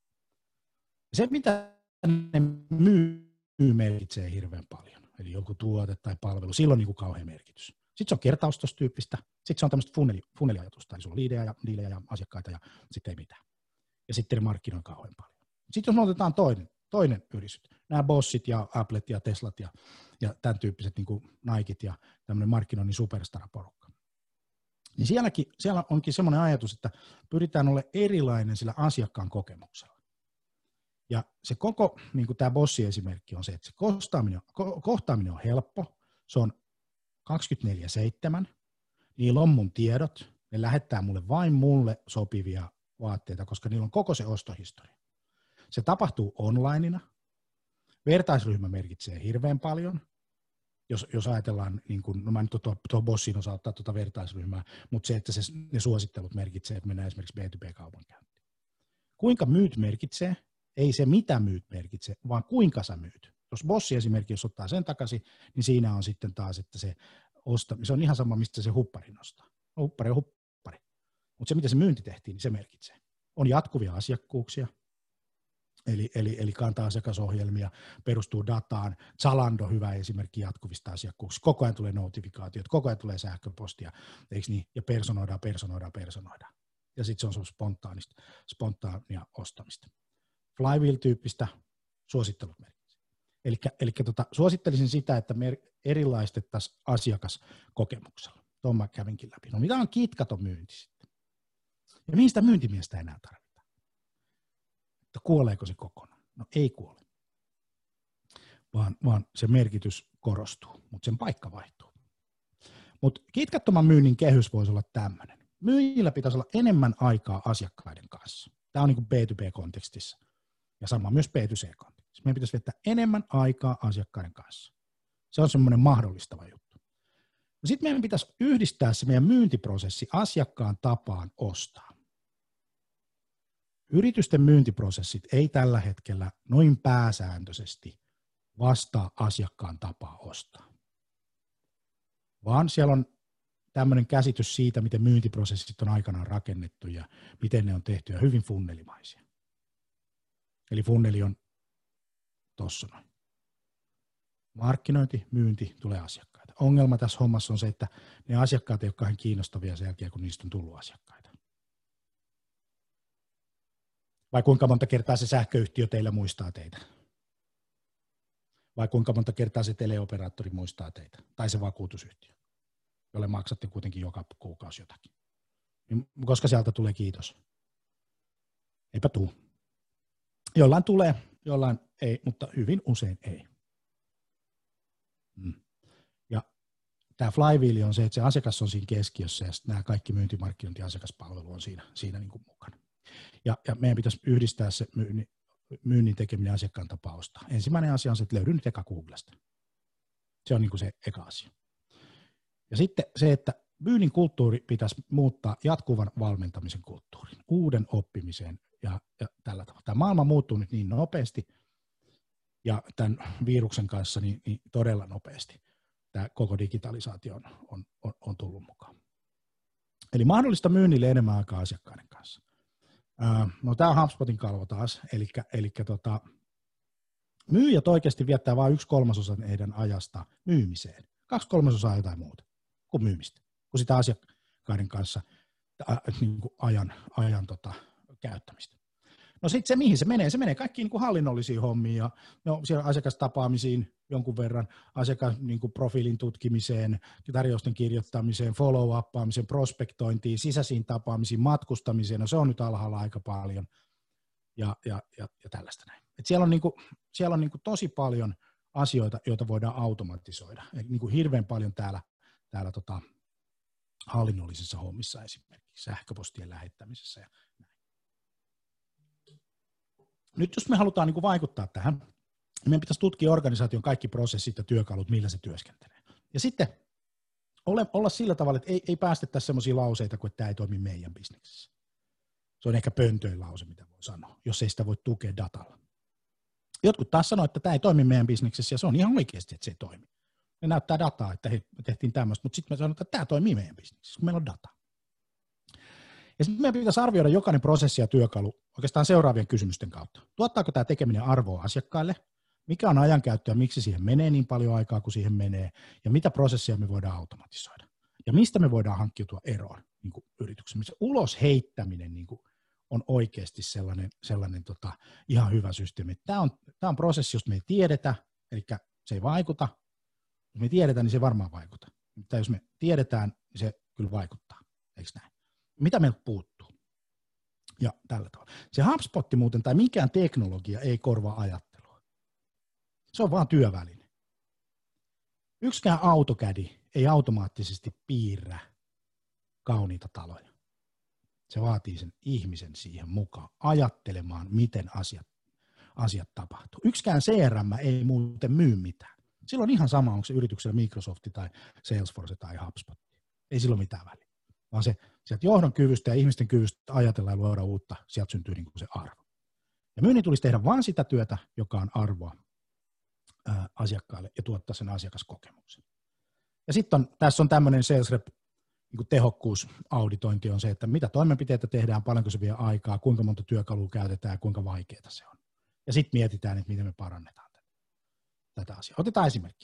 Se, mitä ne myy, merkitsee hirveän paljon. Eli joku tuote tai palvelu, sillä on niin kuin kauhean merkitys. Sitten se on kertaustostyyppistä, sitten se on tämmöistä funneliajatusta, eli sulla on liidejä ja asiakkaita ja sitten ei mitään. Ja sitten ne markkinoi kauhean paljon. Sitten jos me otetaan toinen yritys, nämä Bossit ja Applet ja Teslat ja tämän tyyppiset niin kuin Nikit ja tämmöinen markkinoinnin superstara-porukka. Niin siellä onkin semmoinen ajatus, että pyritään olemaan erilainen sillä asiakkaan kokemuksella. Ja se koko, niin kuin tämä Bossi-esimerkki on se, että se kohtaaminen on helppo, se on 24/7, niillä on mun tiedot, ne lähettää vain mulle sopivia vaatteita, koska niillä on koko se ostohistoria. Se tapahtuu onlineina, vertaisryhmä merkitsee hirveän paljon, jos ajatellaan, niin kuin, no mä nyt tuohon Bossiin osaa ottaa tuota vertaisryhmää, mutta se, että ne suosittelut merkitsee, että mennään esimerkiksi B2B-kaupankäyntiin. Kuinka myyt merkitsee? Ei se mitä myyt merkitse, vaan kuinka sä myyt. Jos Bossi esimerkiksi, jos ottaa sen takaisin, niin siinä on sitten taas, että se on ihan sama, mistä se huppari nostaa. Huppari on huppari. Mutta se, miten se myynti tehtiin, niin se merkitsee. on jatkuvia asiakkuuksia, eli kanta-asiakasohjelmia, perustuu dataan. Zalando hyvä esimerkki jatkuvista asiakkuuksista. Koko ajan tulee notifikaatiot, koko ajan tulee sähköpostia, eikö niin? Ja personoidaan. Ja sitten se on spontaania ostamista. Flywheel-tyyppistä suosittelut merkitsee. Eli suosittelisin sitä, että me erilaistettaisiin asiakaskokemuksella. Tuon mä kävinkin läpi. No mitä on kitkaton myynti sitten? Ja mihin sitä myyntimiestä enää tarvitaan? Että kuoleeko se kokonaan? No ei kuole. Vaan se merkitys korostuu, mutta sen paikka vaihtuu. Mutta kitkattoman myynnin kehys voisi olla tämmöinen. Myyjillä pitäisi olla enemmän aikaa asiakkaiden kanssa. Tämä on niin kuin B2B-kontekstissa ja sama myös B2C-kontekstissa. Meidän pitäisi viettää enemmän aikaa asiakkaiden kanssa. Se on semmoinen mahdollistava juttu. Sitten meidän pitäisi yhdistää se meidän myyntiprosessi asiakkaan tapaan ostaa. Yritysten myyntiprosessit ei tällä hetkellä noin pääsääntöisesti vastaa asiakkaan tapaa ostaa, vaan siellä on tämmöinen käsitys siitä, miten myyntiprosessit on aikanaan rakennettu ja miten ne on tehty ja hyvin funnelimaisia. Eli funneli on tossa noin. Markkinointi, myynti, tulee asiakkaita. Ongelma tässä hommassa on se, että ne asiakkaat ei ole kauhean kiinnostavia sen jälkeen, kun niistä on tullut asiakkaita. Vai kuinka monta kertaa se sähköyhtiö teillä muistaa teitä? Vai kuinka monta kertaa se teleoperaattori muistaa teitä? Tai se vakuutusyhtiö, jolle maksatte kuitenkin joka kuukausi jotakin. Koska sieltä tulee kiitos. Eipä tuu. Jollain tulee, jollain ei, mutta hyvin usein ei. Ja tämä flywheel on se, että se asiakas on siinä keskiössä ja nämä kaikki myyntimarkkinointi ja asiakaspalvelu on siinä niin kuin mukana. Ja meidän pitäisi yhdistää se myynnin tekeminen asiakkaan tapaa ostaa. Ensimmäinen asia on se, että löydy nyt eka Googlesta. Se on niin kuin se eka asia. Ja sitten se, että myynnin kulttuuri pitäisi muuttaa jatkuvan valmentamisen kulttuuriin, uuden oppimiseen ja tällä tavalla. Tämä maailma muuttuu nyt niin nopeasti ja tämän viruksen kanssa niin todella nopeasti. Tämä koko digitalisaatio on tullut mukaan. Eli mahdollista myynnille enemmän aikaa asiakkaiden kanssa. No tämä on HubSpotin kalvo taas, eli myyjät oikeasti viettää vain 1/3 heidän ajasta myymiseen. 2/3 jotain muuta kuin myymistä, kuin sitä asiakkaiden kanssa niin kuin ajan käyttämistä. No sitten se, mihin se menee kaikkiin niin kuin hallinnollisiin hommiin ja no, siellä asiakastapaamisiin jonkun verran, profiilin tutkimiseen, tarjousten kirjoittamiseen, follow-uppaamiseen, prospektointiin, sisäisiin tapaamisiin, matkustamiseen, no se on nyt alhaalla aika paljon ja tällaista näin. Et siellä on tosi paljon asioita, joita voidaan automatisoida, eli niin kuin hirveän paljon täällä hallinnollisissa hommissa esimerkiksi, sähköpostien lähettämisessä ja näin. Nyt jos me halutaan niin kuin vaikuttaa tähän, niin meidän pitäisi tutkia organisaation kaikki prosessit ja työkalut, millä se työskentelee. Ja sitten olla sillä tavalla, että ei päästettäisi sellaisia lauseita, kuin että tämä ei toimi meidän bisneksessä. Se on ehkä pöntöin lause, mitä voi sanoa, jos ei sitä voi tukea datalla. Jotkut taas sanoo, että tämä ei toimi meidän bisneksessä, ja se on ihan oikeasti, että se ei toimi. Ne näyttää dataa, että hei, me tehtiin tämmöistä, mutta sitten me sanotaan, että tämä toimii meidän bisneksessä, kun meillä on dataa. Ja sitten meidän pitäisi arvioida jokainen prosessi ja työkalu oikeastaan seuraavien kysymysten kautta. Tuottaako tämä tekeminen arvoa asiakkaille? Mikä on ajankäyttö ja miksi siihen menee niin paljon aikaa kuin siihen menee? Ja mitä prosesseja me voidaan automatisoida? Ja mistä me voidaan hankkiutua eroon niin kuin yrityksen? Se ulos heittäminen niin kuin on oikeasti sellainen ihan hyvä systeemi. Tämä on prosessi, josta me ei tiedetä, eli se ei vaikuta. Jos me tiedetään, niin se varmaan vaikuttaa. Mutta jos me tiedetään, niin se kyllä vaikuttaa. Eikö näin? Mitä meiltä puuttuu? Ja tällä tavalla. Se HubSpot muuten tai mikään teknologia ei korvaa ajattelua. Se on vaan työväline. Yksikään AutoCAD ei automaattisesti piirrä kauniita taloja. Se vaatii sen ihmisen siihen mukaan ajattelemaan, miten asiat tapahtuu. Yksikään CRM ei muuten myy mitään. Silloin ihan sama, onko se yrityksellä Microsoft tai Salesforce tai HubSpot. Ei silloin mitään väliä. Vaan se sieltä johdon kyvystä ja ihmisten kyvystä ajatella ja luoda uutta, sieltä syntyy niin kuin se arvo. Ja myynnin tulisi tehdä vain sitä työtä, joka on arvoa asiakkaalle ja tuottaa sen asiakaskokemuksen. Ja sitten tässä on tämmöinen sales rep niin tehokkuusauditointi on se, että mitä toimenpiteitä tehdään, paljonko se vie aikaa, kuinka monta työkalua käytetään ja kuinka vaikeaa se on. Ja sitten mietitään, että miten me parannetaan tätä asiaa. Otetaan esimerkki.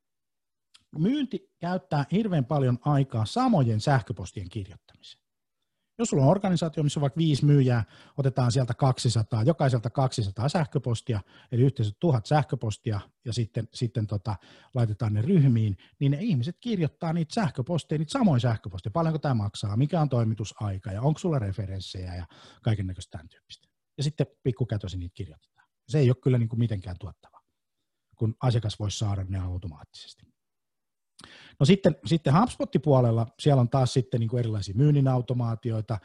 Myynti käyttää hirveän paljon aikaa samojen sähköpostien kirjoittamiseen. Jos sulla on organisaatio, missä on vaikka 5 myyjää, otetaan sieltä 200, jokaiselta 200 sähköpostia, eli yhteensä 1000 sähköpostia, ja sitten laitetaan ne ryhmiin, niin ne ihmiset kirjoittaa niitä sähköposteja, niitä samoja sähköposteja, paljonko tämä maksaa, mikä on toimitusaika, ja onko sulla referenssejä, ja kaiken näköistä tämän tyyppistä. Ja sitten pikkukätösi niitä kirjoitetaan. Se ei ole kyllä niin kuin mitenkään tuottavaa, kun asiakas voisi saada ne automaattisesti. No sitten HubSpot-puolella siellä on taas sitten niin kuin erilaisia myynnin automaatioita,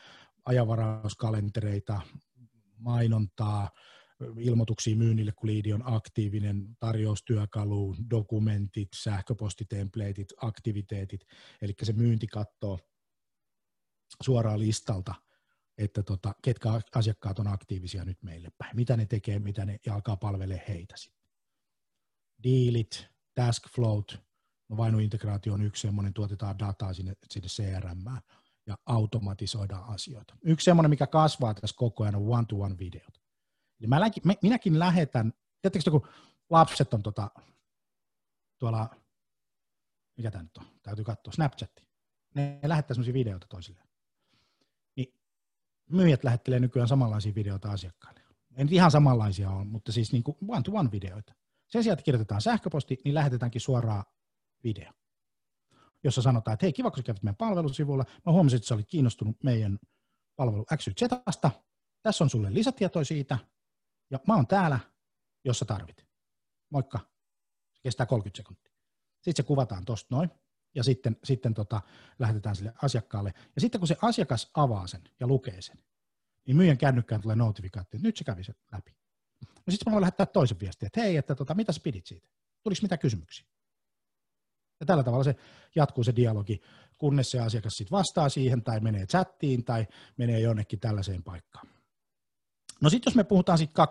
ajanvarauskalentereita, mainontaa, ilmoituksia myynnille, kun liidi on aktiivinen, tarjoustyökalu, dokumentit, sähköpostitempleitit, aktiviteetit, eli se myynti katsoo suoraan listalta, että ketkä asiakkaat on aktiivisia nyt meille päin, mitä ne tekee, mitä ne alkaa palvelemaan heitä sitten. Dealit, task flowt, no Vainu-integraatio on yksi semmoinen, tuotetaan dataa sinne CRM:ään ja automatisoidaan asioita. Yksi semmoinen, mikä kasvaa tässä koko ajan, on one-to-one videot. Eli minäkin lähetän, tiedättekö kun lapset on tuolla, mikä tämä nyt on, täytyy katsoa, Snapchatti. Ne lähettää semmoisia videoita toisilleen. Niin myyjät lähettelee nykyään samanlaisia videoita asiakkaille. Ei nyt ihan samanlaisia ole, mutta siis niin kuin one-to-one videoita. Sen sijaan, että kirjoitetaan sähköposti, niin lähetetäänkin suoraan video, jossa sanotaan, että hei, kiva, kun sä kävit meidän palvelusivulla. Mä huomasin, että sä olit kiinnostunut meidän palvelu XYZ:stä. Tässä on sulle lisätietoja siitä, ja mä oon täällä, jos sä tarvit. Moikka. Se kestää 30 sekuntia. Sitten se kuvataan tosta noin, ja sitten lähetetään sille asiakkaalle. Ja sitten kun se asiakas avaa sen ja lukee sen, niin myyjän kännykkään tulee notifikaatio, että nyt se kävi se läpi. No sitten mä voin lähettää toisen viestin, että hei, että mitä sä pidit siitä? Tuliko mitään kysymyksiä? Ja tällä tavalla se jatkuu se dialogi, kunnes se asiakas sitten vastaa siihen, tai menee chattiin, tai menee jonnekin tällaiseen paikkaan. No sitten jos me puhutaan siitä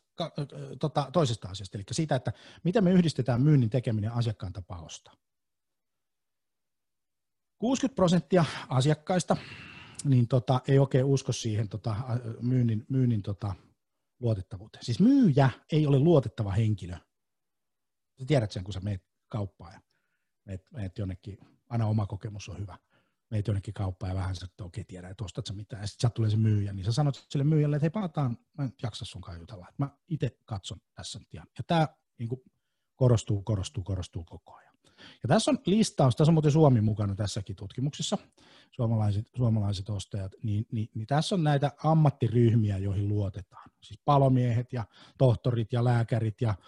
toisesta asiasta, eli siitä, että miten me yhdistetään myynnin tekeminen asiakkaan tapa ostaa. 60% asiakkaista niin ei oikein usko siihen myynnin luotettavuuteen. Siis myyjä ei ole luotettava henkilö. Sä tiedät sen, kun sä meet kauppaan ja meet jonnekin, aina oma kokemus on hyvä. Meet jonnekin kauppaan ja vähän sä, että okei, tiedä, että ostat sä mitään. Ja sitten tulee se myyjä, niin sä sanot sille myyjälle, että hei, palataan, mä en jaksa sunkaan jutella. Mä itse katson tässä nyt ihan. Ja tää niin kuin korostuu koko ajan. Ja tässä on listaus, tässä on muuten Suomi mukana tässäkin tutkimuksessa, suomalaiset ostajat, niin tässä on näitä ammattiryhmiä, joihin luotetaan. Siis palomiehet ja tohtorit ja lääkärit ja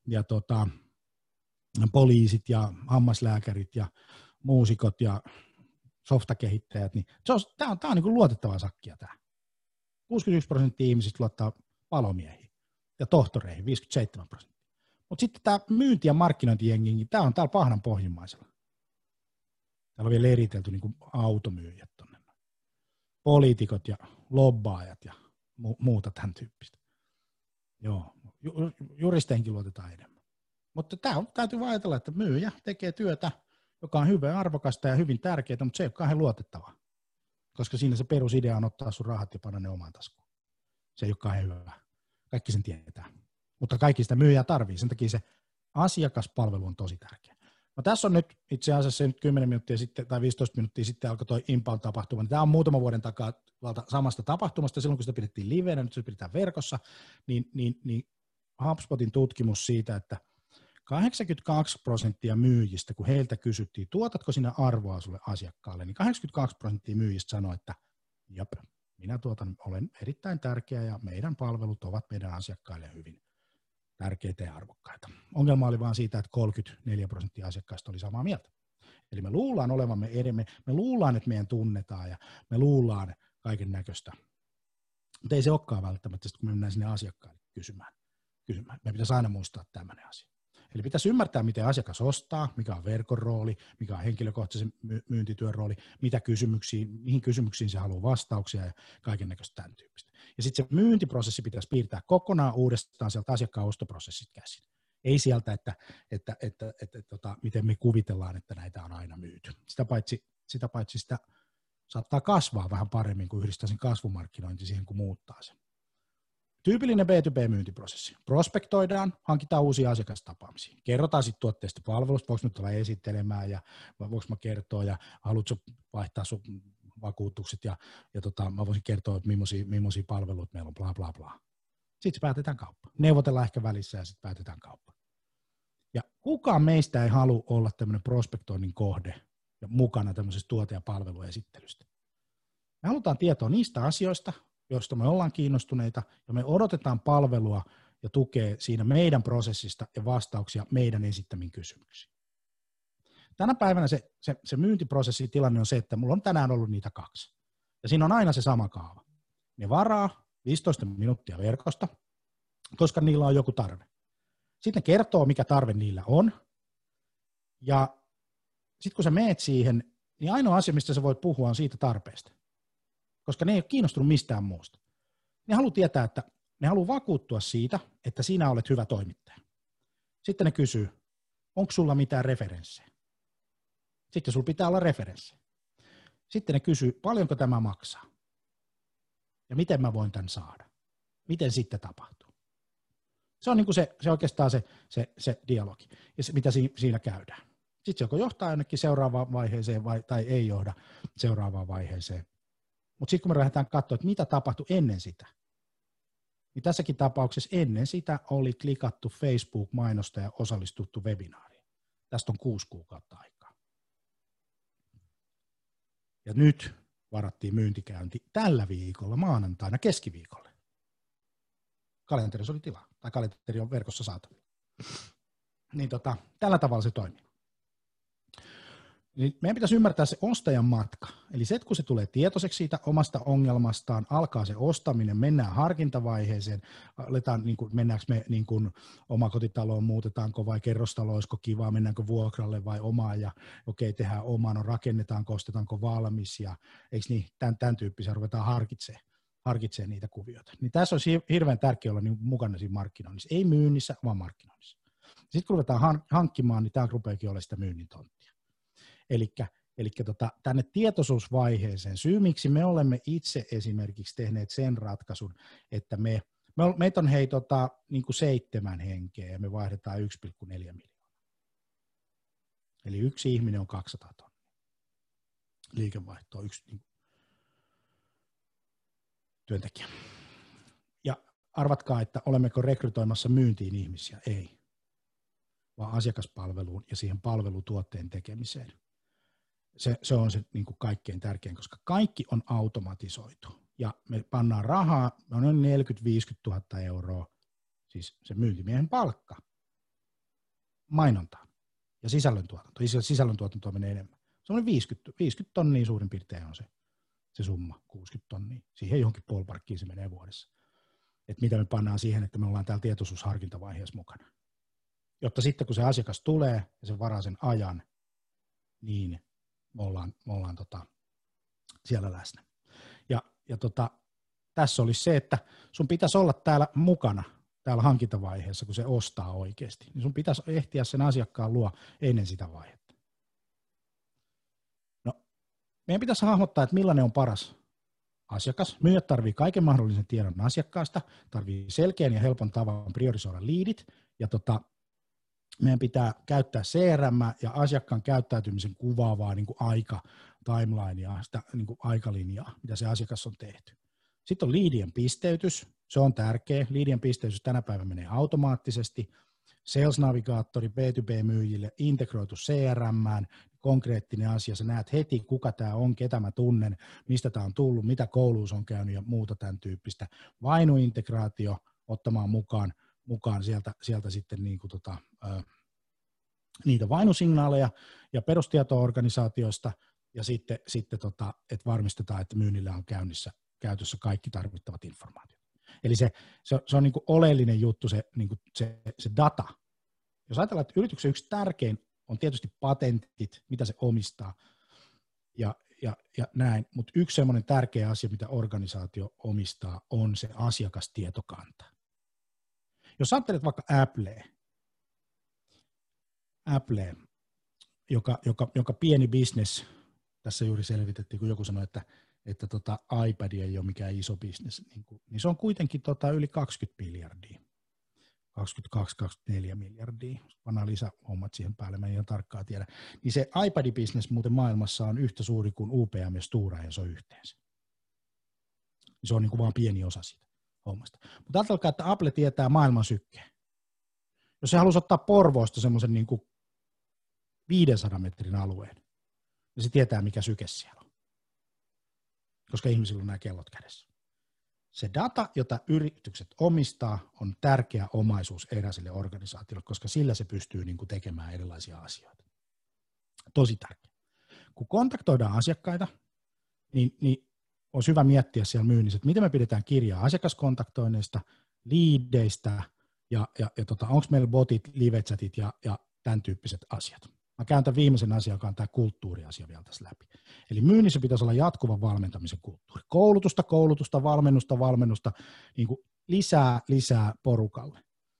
poliisit ja hammaslääkärit ja muusikot ja softakehittäjät. Niin tämä on niin kuin luotettavaa sakkia tämä. 61% ihmisistä luottaa palomiehiin ja tohtoreihin, 57%. Mutta sitten tämä myynti- ja markkinointijengi, niin tämä on täällä pahnan pohjimmaisella. Täällä on vielä eritelty niin kuin automyyjät tuonne. Poliitikot ja lobbaajat ja muuta tämän tyyppistä. Joo, juristeihinkin luotetaan enemmän. Mutta täytyy vaan ajatella, että myyjä tekee työtä, joka on hyvin arvokasta ja hyvin tärkeää, mutta se ei ole kauhean luotettavaa. Koska siinä se perusidea on ottaa sun rahat ja panna ne omaan taskuun. Se ei ole kauhean hyvä. Kaikki sen tietää. Mutta kaikki sitä myyjää tarvii, sen takia se asiakaspalvelu on tosi tärkeä. No tässä on nyt itse asiassa nyt 10 minuuttia sitten tai 15 minuuttia sitten alkoi toi Inbound-tapahtuma. Tämä on muutama vuoden takaa samasta tapahtumasta, silloin kun sitä pidettiin livenä, nyt se pidetään verkossa, niin HubSpotin tutkimus siitä, että 82% myyjistä, kun heiltä kysyttiin, tuotatko sinä arvoa sulle asiakkaalle, niin 82% myyjistä sanoi, että jop, minä olen erittäin tärkeä ja meidän palvelut ovat meidän asiakkaille hyvin tärkeitä ja arvokkaita. Ongelma oli vaan siitä, että 34% asiakkaista oli samaa mieltä. Eli me luullaan olevamme edemme, me luullaan, että meidän tunnetaan ja me luullaan kaiken näköistä. Mutta ei se olekaan välttämättä, kun me mennään sinne asiakkaille kysymään. Me pitäisi aina muistaa tämmöinen asia. Eli pitäisi ymmärtää, miten asiakas ostaa, mikä on verkon rooli, mikä on henkilökohtaisen myyntityön rooli, mihin kysymyksiin se haluaa vastauksia ja kaiken näköistä tämän tyyppistä. Ja sitten se myyntiprosessi pitäisi piirtää kokonaan uudestaan sieltä asiakkaan ostoprosessit käsin. Ei sieltä, että miten me kuvitellaan, että näitä on aina myyty. Sitä paitsi sitä saattaa kasvaa vähän paremmin, kuin yhdistää sen kasvumarkkinointi siihen, kun muuttaa sen. Tyypillinen B2B-myyntiprosessi. Prospektoidaan, hankitaan uusia asiakastapaamisia. Kerrotaan sitten tuotteesta palvelusta, voiko mä tulla esittelemään ja voiko mä kertoa ja haluatko vaihtaa sun vakuutukset ja mä voisin kertoa, että millaisia palveluita meillä on, bla bla bla. Sitten päätetään kauppa. Neuvotellaan ehkä välissä ja sitten päätetään kauppa. Ja kukaan meistä ei halua olla tämmöinen prospektoinnin kohde ja mukana tämmöisestä tuote- ja palveluesittelystä. Me halutaan tietoa niistä asioista, joista me ollaan kiinnostuneita, ja me odotetaan palvelua ja tukea siinä meidän prosessista ja vastauksia meidän esittämiin kysymyksiin. Tänä päivänä se myyntiprosessin tilanne on se, että mulla on tänään ollut niitä 2. Ja siinä on aina se sama kaava. Ne varaa 15 minuuttia verkosta, koska niillä on joku tarve. Sitten ne kertoo, mikä tarve niillä on. Ja sitten kun sä meet siihen, niin ainoa asia, mistä sä voit puhua, on siitä tarpeesta. Koska ne ei ole kiinnostunut mistään muusta. Ne haluaa tietää, että ne haluaa vakuuttua siitä, että sinä olet hyvä toimittaja. Sitten ne kysyy, onko sulla mitään referenssejä? Sitten sulla pitää olla referenssejä. Sitten ne kysyy, paljonko tämä maksaa? Ja miten mä voin tämän saada? Miten sitten tapahtuu? Se on niin kuin se oikeastaan se dialogi, ja se, mitä siinä käydään. Sitten se joko johtaa jonnekin seuraavaan vaiheeseen tai ei johda seuraavaan vaiheeseen. Mutta sitten kun me lähdetään katsoa, että mitä tapahtui ennen sitä, niin tässäkin tapauksessa ennen sitä oli klikattu Facebook-mainosta ja osallistuttu webinaariin. Tästä on 6 kuukautta aikaa. Ja nyt varattiin myyntikäynti tällä viikolla maanantaina keskiviikolle. Kalenterissa oli tilaa, tai kalenteri on verkossa saatavilla. Niin tällä tavalla se toimii. Niin meidän pitäisi ymmärtää se ostajan matka. Eli se, että kun se tulee tietoiseksi siitä omasta ongelmastaan, alkaa se ostaminen, mennään harkintavaiheeseen, mennäänkö me niin kuin omakotitaloon, muutetaanko vai kerrostalo, olisiko kivaa, mennäänkö vuokralle vai omaan, ja okei, tehdään omaan, no rakennetaanko, ostetaanko valmis, ja eikö niin, tämän tyyppisiä ruvetaan harkitsemaan niitä kuvioita. Niin tässä olisi hirveän tärkeää olla niin mukana siinä markkinoinnissa, ei myynnissä, vaan markkinoinnissa. Sitten kun ruvetaan hankkimaan, niin tämä rupeakin olemaan sitä myynnin tonttia. Eli tänne tietoisuusvaiheeseen, syy miksi me olemme itse esimerkiksi tehneet sen ratkaisun, että meitä on niin kuin 7 henkeä ja me vaihdetaan 1,4 miljoonaa. Eli yksi ihminen on 200 tonnia. Liikevaihtoa yksi niin työntekijä. Ja arvatkaa, että olemmeko rekrytoimassa myyntiin ihmisiä? Ei, vaan asiakaspalveluun ja siihen palvelutuotteen tekemiseen. Se on se niin kuin kaikkein tärkein, koska kaikki on automatisoitu. Ja me pannaan rahaa, noin 40-50 000 euroa, siis se myyntimiehen palkka, mainontaan ja sisällöntuotanto. Sisällöntuotantoa menee enemmän. Se on 50 tonnia suurin piirtein on se summa, 60 tonnia. Siihen johonkin ballparkkiin se menee vuodessa. Et mitä me pannaan siihen, että me ollaan täällä tietoisuusharkintavaiheessa mukana. Jotta sitten kun se asiakas tulee ja se varaa sen ajan, niin me ollaan siellä läsnä. Ja tässä olisi se, että sun pitäisi olla täällä mukana täällä hankintavaiheessa, kun se ostaa oikeasti. Niin sun pitäisi ehtiä sen asiakkaan luo ennen sitä vaihetta. No, meidän pitäisi hahmottaa, että millainen on paras asiakas. Myyjät tarvii kaiken mahdollisen tiedon asiakkaasta, tarvii selkeän ja helpon tavan priorisoida liidit, ja meidän pitää käyttää CRM ja asiakkaan käyttäytymisen kuvaavaa niin kuin timelinea, sitä niin kuin aikalinjaa, mitä se asiakas on tehty. Sitten on liidien pisteytys, se on tärkeä. Liidien pisteytys tänä päivänä menee automaattisesti. Sales-navigaattori B2B-myyjille, integroitu CRM:ään, konkreettinen asia, sä näet heti, kuka tämä on, ketä mä tunnen, mistä tämä on tullut, mitä kouluus on käynyt ja muuta tämän tyyppistä. Vainuintegraatio ottamaan mukaan sieltä sitten niin kuin niitä vainusignaaleja ja perustieto-organisaatioista, ja sitten että varmistetaan, että myynnillä on käytössä kaikki tarvittavat informaatiot. Eli se on niin kuin oleellinen juttu, niin kuin se data. Jos ajatellaan, että yrityksen yksi tärkein on tietysti patentit, mitä se omistaa, ja näin, mutta yksi semmoinen tärkeä asia, mitä organisaatio omistaa, on se asiakastietokanta. Jos ajattelet vaikka Apple, joka pieni business tässä juuri selvitettiin, kun joku sanoi, että iPad ei ole mikään iso bisnes, niin se on kuitenkin yli 20 miljardia. 22-24 miljardia, pannaan lisähommat siihen päälle, mä en ihan tarkkaan tiedä. Niin se iPad-business muuten maailmassa on yhtä suuri kuin UPM ja Stora Enso yhteensä. Se on niin kuin vaan pieni osa siitä hommasta. Mutta ajatelkaa, että Apple tietää maailman sykkeen. Jos se haluaisi ottaa Porvoosta semmoisen niin kuin 500 metrin alueen, niin se tietää, mikä syke siellä on. Koska ihmisillä on nämä kellot kädessä. Se data, jota yritykset omistaa, on tärkeä omaisuus eräiselle organisaatiolle, koska sillä se pystyy niin kuin tekemään erilaisia asioita. Tosi tärkeä. Kun kontaktoidaan asiakkaita, niin olisi hyvä miettiä siellä myynnissä, että miten me pidetään kirjaa asiakaskontaktoinneista, liideistä ja onko meillä botit, live-chatit ja tämän tyyppiset asiat. Mä käyn tämän viimeisen asian, joka on tämä kulttuuriasia vielä tässä läpi. Eli myynnissä pitäisi olla jatkuvan valmentamisen kulttuuri. Koulutusta, valmennusta, niin kuin lisää porukalle.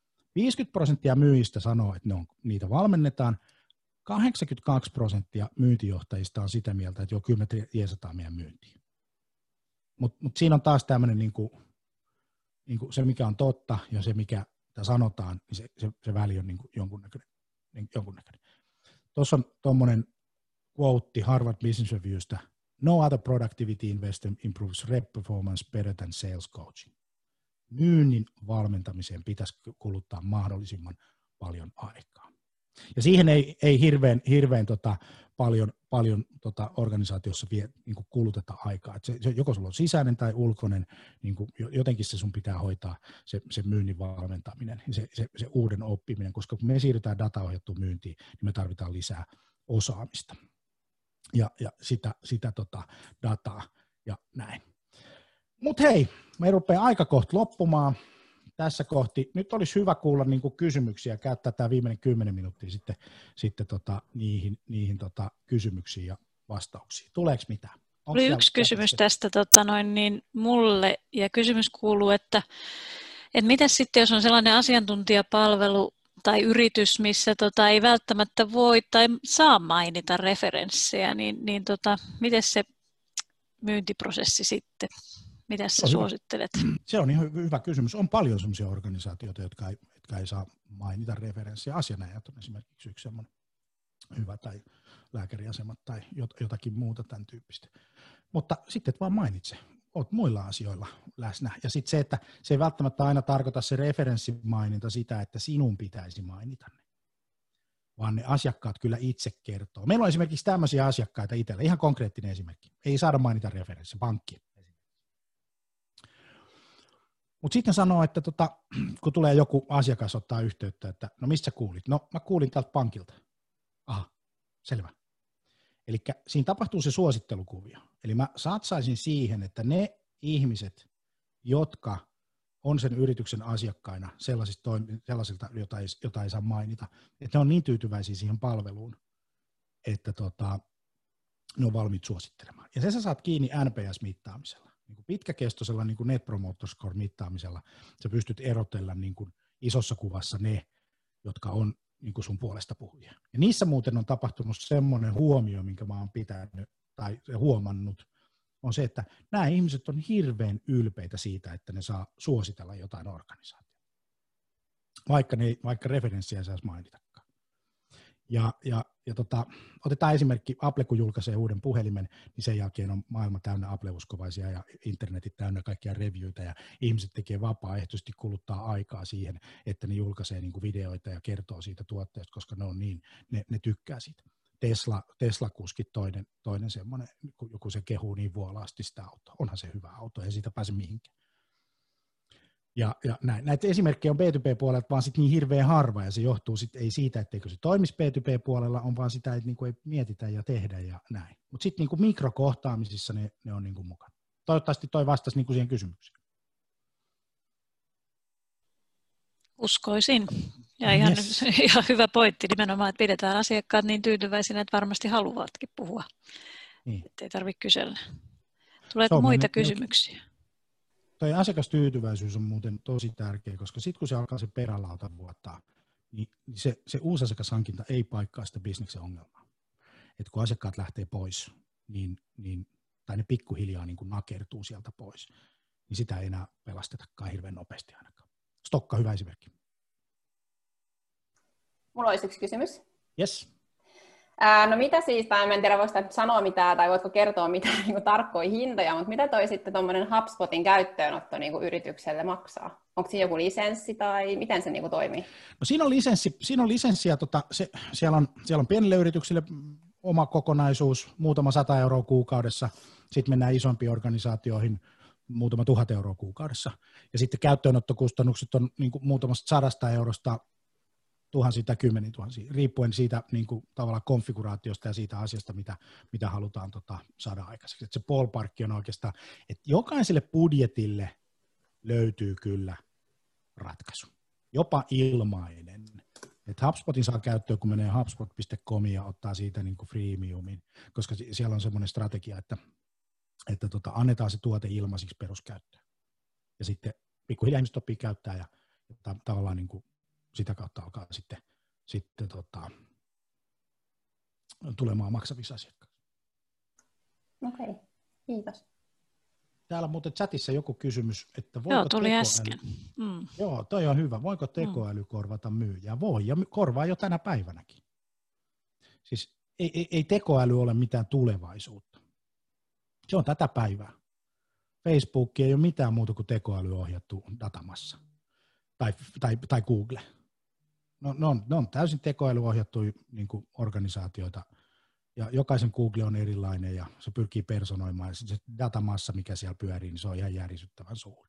50% myyjistä sanoo, että niitä valmennetaan. 82% myyntijohtajista on sitä mieltä, että kyllä me jeesataan meidän myyntiin. Mutta siinä on taas tämmöinen niin kuin se, mikä on totta ja se, mikä sanotaan, niin se väli on niin kuin jonkunnäköinen. Tuossa on tuommoinen quote Harvard Business Reviewstä. No other productivity investment improves rep performance better than sales coaching. Myynnin valmentamiseen pitäisi kuluttaa mahdollisimman paljon aikaa. Ja siihen ei hirveän paljon organisaatiossa niin kuin kuluteta aikaa. Se joko sulla on sisäinen tai ulkoinen, niin kuin jotenkin se sun pitää hoitaa se myynnin valmentaminen, se uuden oppiminen, koska kun me siirrytään dataohjattuun myyntiin, niin me tarvitaan lisää osaamista ja sitä dataa ja näin. Mutta hei, me rupeaa aika kohta loppumaan. Tässä kohti, nyt olisi hyvä kuulla niin kuin kysymyksiä, käyttää tämä viimeinen 10 minuuttia sitten niihin kysymyksiin ja vastauksiin. Tuleeko mitään? Oli yksi kysymys tästä mulle, ja kysymys kuuluu, että mitä sitten, jos on sellainen asiantuntijapalvelu tai yritys, missä ei välttämättä voi tai saa mainita referenssejä, niin miten se myyntiprosessi sitten? Mitä sä suosittelet? Se on ihan hyvä kysymys. On paljon sellaisia organisaatioita, jotka ei saa mainita referenssiä. Asianajat on esimerkiksi yksi semmoinen hyvä, tai lääkäriasemat tai jotakin muuta tämän tyyppistä. Mutta sitten et vaan mainitse. Olet muilla asioilla läsnä. Ja sitten se, että se ei välttämättä aina tarkoita se referenssimaininta sitä, että sinun pitäisi mainita ne. Vaan ne asiakkaat kyllä itse kertoo. Meillä on esimerkiksi tämmöisiä asiakkaita itsellä. Ihan konkreettinen esimerkki. Ei saada mainita referenssiä. Pankki. Mutta sitten sanoo, että kun tulee joku asiakas ottaa yhteyttä, että no mistä kuulit? No mä kuulin tältä pankilta. Aha, selvä. Eli siinä tapahtuu se suosittelukuvio. Eli mä satsaisin siihen, että ne ihmiset, jotka on sen yrityksen asiakkaina sellaisilta, jota ei saa mainita, että ne on niin tyytyväisiä siihen palveluun, että ne on valmiit suosittelemaan. Ja sä saat kiinni NPS-mittaamisella. Niin pitkäkestoisella niin kuin Net Promoter Score-mittaamisella sä pystyt erotella niin kuin isossa kuvassa ne, jotka on niin kuin sun puolesta puhujia. Ja niissä muuten on tapahtunut semmoinen huomio, minkä mä oon pitänyt tai huomannut, on se, että nämä ihmiset on hirveän ylpeitä siitä, että ne saa suositella jotain organisaatiota. Vaikka referenssiä ei saisi mainitakaan. Otetaan esimerkki, Apple kun julkaisee uuden puhelimen, niin sen jälkeen on maailma täynnä Apple-uskovaisia ja internetit täynnä kaikkia reviewitä ja ihmiset tekee vapaaehtoisesti kuluttaa aikaa siihen, että ne julkaisee niin kuin videoita ja kertoo siitä tuotteesta, koska ne on niin, ne tykkää siitä. Tesla-kuskit toinen semmoinen, joku se kehuu niin vuolaasti sitä autoa. Onhan se hyvä auto, ei siitä pääse mihinkään. Ja näitä esimerkkejä on B2B-puolelta vaan sit niin hirveän harva, ja se johtuu sitten ei siitä, etteikö se toimisi B2B-puolella, on vaan sitä, että niinku ei mietitä ja tehdä ja näin. Mutta sitten niinku mikrokohtaamisissa ne on niinku mukana. Toivottavasti toi vastasi niinku siihen kysymykseen. Uskoisin. Ja ihan hyvä pointti nimenomaan, että pidetään asiakkaat niin tyytyväisinä, että varmasti haluavatkin puhua. Niin. Että ei tarvitse kysellä. Tuleeko muita kysymyksiä? Toi asiakastyytyväisyys on muuten tosi tärkeä, koska sitten kun se alkaa se perälauta vuottaa, niin se uusi asiakashankinta ei paikkaa sitä bisneksen ongelmaa. Et kun asiakkaat lähtee pois, tai ne pikkuhiljaa niin kuin nakertuu sieltä pois, niin sitä ei enää pelastetakaan hirveän nopeasti ainakaan. Stokka, hyvä esimerkki. Mulla olisi yksi kysymys. Yes. No mitä siis, tai en tiedä voiko nyt sanoa mitään, tai voitko kertoa mitään niin kuin tarkkoja hintoja, mutta mitä toi sitten tuommoinen HubSpotin käyttöönotto niin kuin yritykselle maksaa? Onko siinä joku lisenssi, tai miten se niin kuin toimii? No siinä on lisenssi ja siellä on pienille yrityksille oma kokonaisuus, muutama 100 euroa kuukaudessa, sitten mennään isompiin organisaatioihin, muutama 1000 euroa kuukaudessa, ja sitten käyttöönottokustannukset on niin kuin muutamasta 100 eurosta tuhansia tai 10 000, riippuen siitä niin kuin, tavallaan konfiguraatiosta ja siitä asiasta, mitä halutaan saada aikaiseksi. Et se ballparkki on oikeastaan, että jokaiselle budjetille löytyy kyllä ratkaisu, jopa ilmainen. Et HubSpotin saa käyttöön, kun menee hubspot.com ja ottaa siitä niin kuin freemiumin, koska siellä on semmoinen strategia, että annetaan se tuote ilmaisiksi peruskäyttöön. Ja sitten pikkuhiljaa ihmiset oppii käyttää ja tavallaan niin kuin sitä kautta alkaa sitten tulemaan maksavissa asiakkaissa. Okei, kiitos. Täällä muuten chatissa joku kysymys, että voiko Joo, tuli äsken. Joo, toi on hyvä. Voiko tekoäly korvata myyjää? Voi, ja korvaa jo tänä päivänäkin. Siis ei tekoäly ole mitään tulevaisuutta. Se on tätä päivää. Facebook ei ole mitään muuta kuin tekoälyohjattu datamassa. Tai Google. Ne on täysin tekoälyohjattuja niin kuin organisaatioita, ja jokaisen Google on erilainen, ja se pyrkii personoimaan, ja se datamassa, mikä siellä pyörii, niin se on ihan järisyttävän suuri.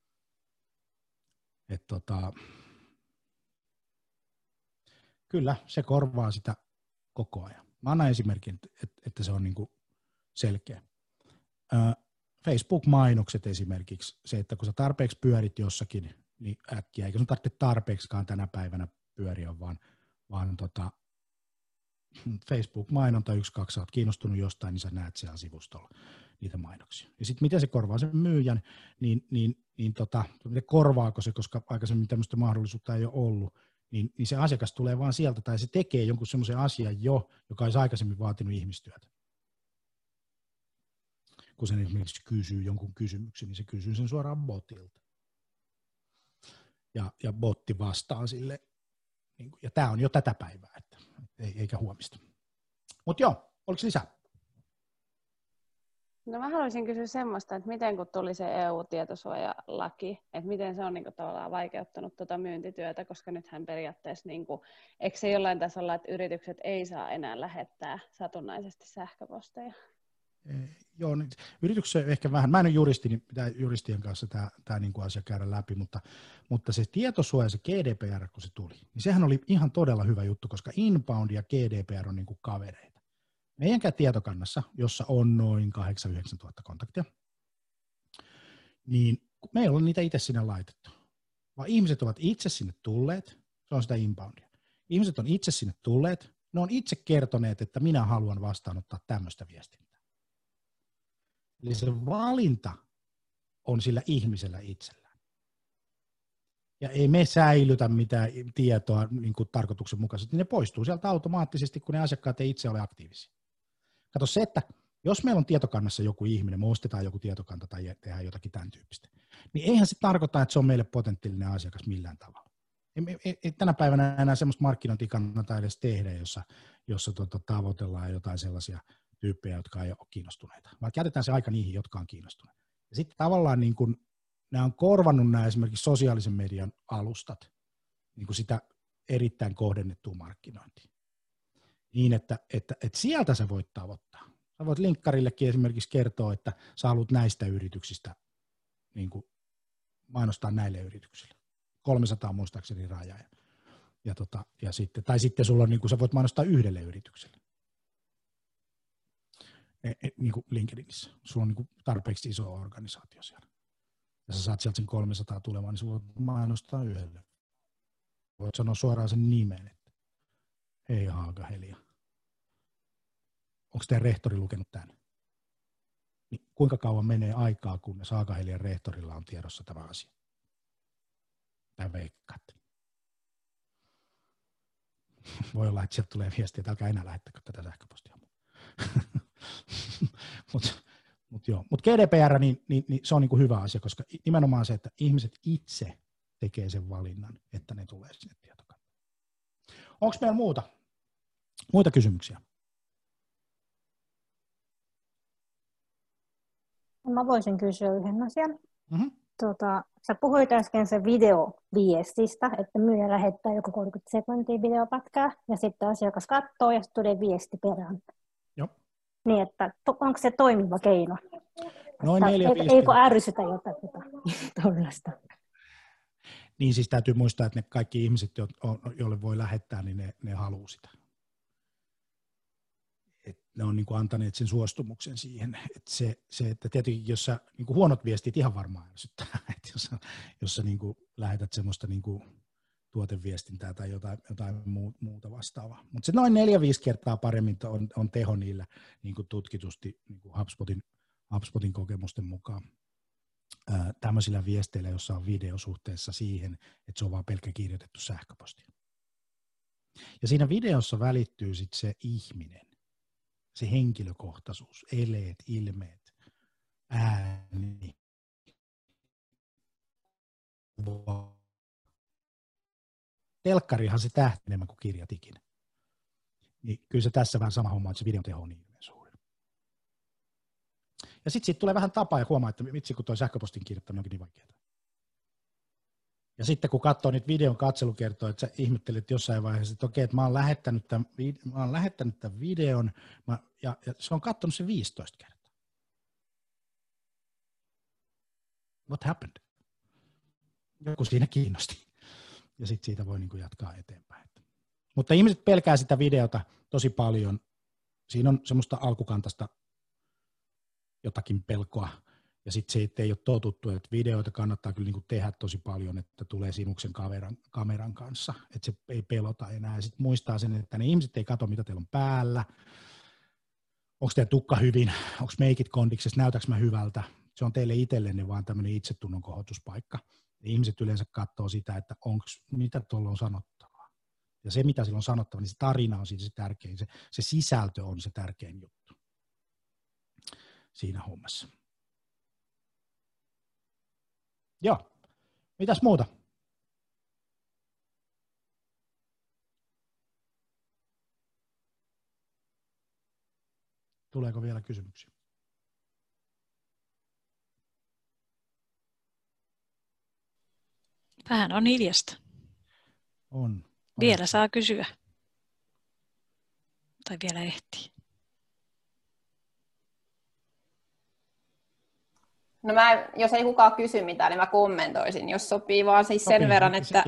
Kyllä, se korvaa sitä koko ajan. Mä annan esimerkin, että se on niin kuin selkeä. Facebook-mainokset esimerkiksi, se, että kun sä tarpeeksi pyörit jossakin, niin äkkiä, eikä sun tarvitse tarpeeksikaan tänä päivänä pyöriä, vaan Facebook-mainonta 1-2, sä oot kiinnostunut jostain, niin sä näet siellä sivustolla niitä mainoksia. Ja sitten miten se korvaa sen myyjän, korvaako se, koska aikaisemmin tämmöistä mahdollisuutta ei ole ollut, niin se asiakas tulee vaan sieltä, tai se tekee jonkun semmoisen asian jo, joka olisi aikaisemmin vaatinut ihmistyötä. Kun se esimerkiksi kysyy jonkun kysymyksen, niin se kysyy sen suoraan botilta. Ja botti vastaa sille, ja tämä on jo tätä päivää, eikä huomista. Mutta joo, oliko lisää? No mä haluaisin kysyä semmoista, että miten kun tuli se EU-tietosuojalaki, että miten se on niin kuin tavallaan vaikeuttanut tuota myyntityötä, koska nythän periaatteessa, niin kuin, eikö se jollain tasolla, että yritykset ei saa enää lähettää satunnaisesti sähköposteja? Joo, yrityksessä ehkä vähän, mä en ole juristi, niin pitää juristien kanssa tämä niin kuin asia käydä läpi, mutta se tietosuoja, se GDPR, kun se tuli, niin sehän oli ihan todella hyvä juttu, koska inbound ja GDPR on niin kuin kavereita. Meidänkään tietokannassa, jossa on noin 8-9 tuhatta kontaktia, niin meillä on niitä itse sinne laitettu, vaan ihmiset ovat itse sinne tulleet, se on sitä inboundia. Ihmiset on itse sinne tulleet, ne on itse kertoneet, että minä haluan vastaanottaa tämmöistä viestintää. Eli se valinta on sillä ihmisellä itsellään. Ja ei me säilytä mitään tietoa niin kuin tarkoituksenmukaisesti. Ne poistuu sieltä automaattisesti, kun ne asiakkaat ei itse ole aktiivisia. Kato se, että jos meillä on tietokannassa joku ihminen, me ostetaan joku tietokanta tai tehdään jotakin tämän tyyppistä, niin eihän se tarkoita, että se on meille potentiaalinen asiakas millään tavalla. Ei tänä päivänä enää semmoista markkinointia kannata edes tehdä, jossa tavoitellaan jotain sellaisia tyyppejä, jotka ei ole kiinnostuneita, vaan käytetään se aika niihin, jotka on kiinnostuneita. Ja sitten tavallaan niin kun, nämä on korvannut nämä esimerkiksi sosiaalisen median alustat, niin kuin sitä erittäin kohdennettua markkinointia. Niin, että sieltä sä voit tavoittaa. Sä voit linkkarillekin esimerkiksi kertoa, että sä haluat näistä yrityksistä niin kuin mainostaa näille yrityksille. 300 muistaakseni raja. Ja sitten sulla on, niin kuin sä voit mainostaa yhdelle yritykselle. Niin kuin LinkedInissä. Sulla on niin kuin tarpeeksi iso organisaatio siellä. Ja sä saat sieltä sen 300 tulemaan, niin sä voit mainostaa yhdelle. Voit sanoa suoraan sen nimen, että hei Haaga-Helia. Onko teidän rehtori lukenut tämän? Niin kuinka kauan menee aikaa, kunnes Haaga-Helian rehtorilla on tiedossa tämä asia? Tai veikkaat. Voi olla, että sieltä tulee viestiä, että älkää enää lähettäkö tätä sähköpostia. Mutta GDPR, niin se on niin kuin hyvä asia, koska nimenomaan se, että ihmiset itse tekee sen valinnan, että ne tulee sinne tietokantaan. Onko meillä muita kysymyksiä? Mä voisin kysyä yhden asian. Mm-hmm. Sä puhuit äsken sen videoviestistä, että myyjä lähettää joku 30 sekuntia videopätkää, ja sitten asiakas katsoo, ja sitten tulee viesti perään. Joo. Niin, että onko se toimiva keino? Noin 4-5. Eikö ärsytä jotain tuollaista? Niin siis täytyy muistaa, että ne kaikki ihmiset, joille voi lähettää, niin ne haluaa sitä. Ne on niin kuin antaneet sen suostumuksen siihen. Että että tietenkin, jos sä niin kuin huonot viestit ihan varmaan ärsyttää, että jos sä niin kuin lähetät semmoista niin kuin tuoteviestintää tai jotain muuta vastaavaa. Mutta se noin 4-5 kertaa paremmin on teho niillä niin kuin tutkitusti niin kuin HubSpotin kokemusten mukaan tämmöisillä viesteillä, jossa on video suhteessa siihen, että se on vaan pelkkä kirjoitettu sähköposti. Ja siinä videossa välittyy sitten se ihminen, se henkilökohtaisuus, eleet, ilmeet, ääni, telkkarihan se tähti enemmän kuin kirjat ikinä. Niin kyllä se tässä vähän sama homma, että se videon teho on niin suuri. Ja sitten siitä tulee vähän tapaa ja huomaa, että vitsi kun toi sähköpostin kirjoittaminen onkin niin vaikeaa. Ja sitten kun katsoo niitä videon katselukertoja, että sä ihmettelet jossain vaiheessa, että okei, että mä oon lähettänyt tämän videon, ja se on katsonut sen 15 kertaa. What happened? Joku siinä kiinnosti. Ja sitten siitä voi niinku jatkaa eteenpäin. Mutta ihmiset pelkää sitä videota tosi paljon. Siinä on semmoista alkukantaista jotakin pelkoa. Ja sitten se, että ei ole totuttu, että videoita kannattaa kyllä niinku tehdä tosi paljon, että tulee sinuksen kameran kanssa, että se ei pelota enää. Ja sitten muistaa sen, että ne ihmiset ei katso, mitä teillä on päällä. Onko teidän tukka hyvin? Onko meikit kondiksessa? Näytäks mä hyvältä? Se on teille itsellenne vaan tämmöinen itsetunnon kohotuspaikka. Ja ihmiset yleensä katsoo sitä, että mitä tuolla on sanottavaa. Ja se, mitä sillä on sanottavaa, niin se tarina on siitä se tärkein. Se sisältö on se tärkein juttu siinä hommassa. Joo. Mitäs muuta? Tuleeko vielä kysymyksiä? Vähän on hiljasta. On. Vielä saa kysyä. Tai vielä ehtii. No jos ei kukaan kysy mitään, niin mä kommentoisin, jos sopii vaan siis sen verran, että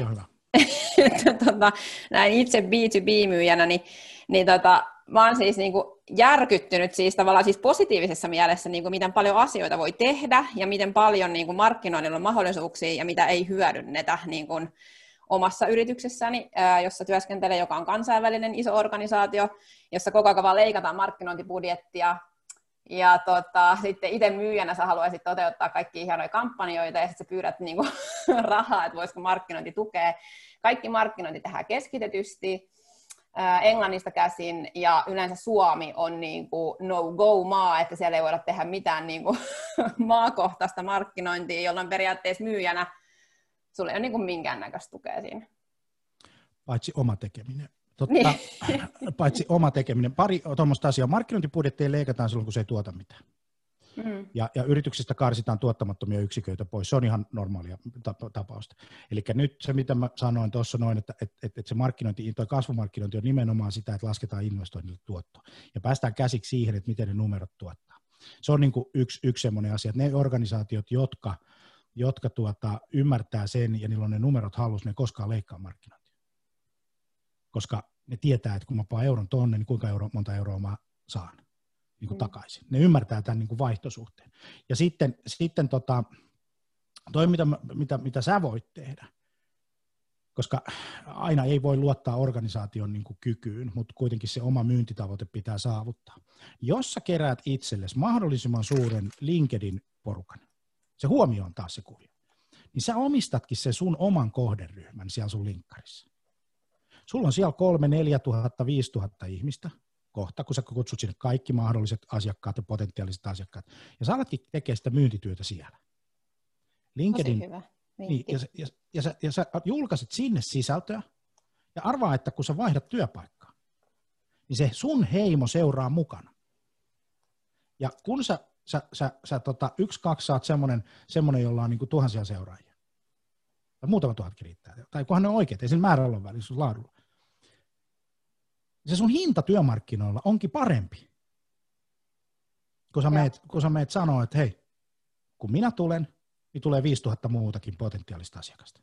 näin itse B2B-myyjänä, niin mä oon siis niinku järkyttynyt siis tavallaan siis positiivisessa mielessä, niinku miten paljon asioita voi tehdä ja miten paljon niinku markkinoinnilla on mahdollisuuksia ja mitä ei hyödynnetä niinku omassa yrityksessäni, jossa työskentelen, joka on kansainvälinen iso organisaatio, jossa koko ajan vaan leikataan markkinointibudjettia. Ja sitten itse myyjänä sä haluaisit toteuttaa kaikki ihanoja kampanjoita ja sitten sä pyydät niinku rahaa, että voisiko markkinointi tukea. Kaikki markkinointi tehdään keskitetysti Englannista käsin ja yleensä Suomi on niinku no-go-maa, että siellä ei voida tehdä mitään niinku maakohtaista markkinointia, jolloin periaatteessa myyjänä sulla ei ole niinku minkäännäköistä tukea siinä. Paitsi oma tekeminen. Paitsi oma tekeminen. Pari tuommoista asiaa. Markkinointibudjetteja leikataan silloin, kun se ei tuota mitään. Mm. Ja yrityksistä karsitaan tuottamattomia yksiköitä pois. Se on ihan normaalia tapausta. Eli nyt se, mitä mä sanoin tuossa noin, että se markkinointi, tuo kasvumarkkinointi on nimenomaan sitä, että lasketaan investoinnille tuottoa. Ja päästään käsiksi siihen, että miten ne numerot tuottaa. Se on niin kuin yksi semmoinen asia, että ne organisaatiot, jotka ymmärtää sen ja niillä on ne numerot hallussa, ne ei koskaan leikkaa markkinointia. Koska ne tietää, että kun mä paan euron tonne, niin kuinka monta euroa mä saan niin kuin takaisin. Ne ymmärtää tämän niin kuin vaihtosuhteen. Ja sitten toi, mitä sä voit tehdä, koska aina ei voi luottaa organisaation niin kuin kykyyn, mutta kuitenkin se oma myyntitavoite pitää saavuttaa. Jos sä keräät itsellesi mahdollisimman suuren LinkedIn-porukan, se huomio on taas se kuvio, niin sä omistatkin sen sun oman kohderyhmän siellä sun linkkarissa. Sulla on siellä 3 000, 4 000, 5 000 ihmistä, kohta, kun sä kutsut sinne kaikki mahdolliset asiakkaat ja potentiaaliset asiakkaat, ja sä alatkin tekemään sitä myyntityötä siellä. LinkedIn, Tosi hyvä. niin, ja sä julkaiset sinne sisältöä, ja arvaa, että kun sä vaihdat työpaikkaa, niin se sun heimo seuraa mukana. Ja kun sä 1-2 saat semmonen, jolla on niin kuin tuhansia seuraajia, tai muutama tuhatkin riittää, tai kunhan ne on oikeat, ei sen määrällä ole väliä, se on laadulla. Se sun hinta työmarkkinoilla onkin parempi, kun sä meet sanoa, että hei, kun minä tulen, niin tulee 5000 muutakin potentiaalista asiakasta.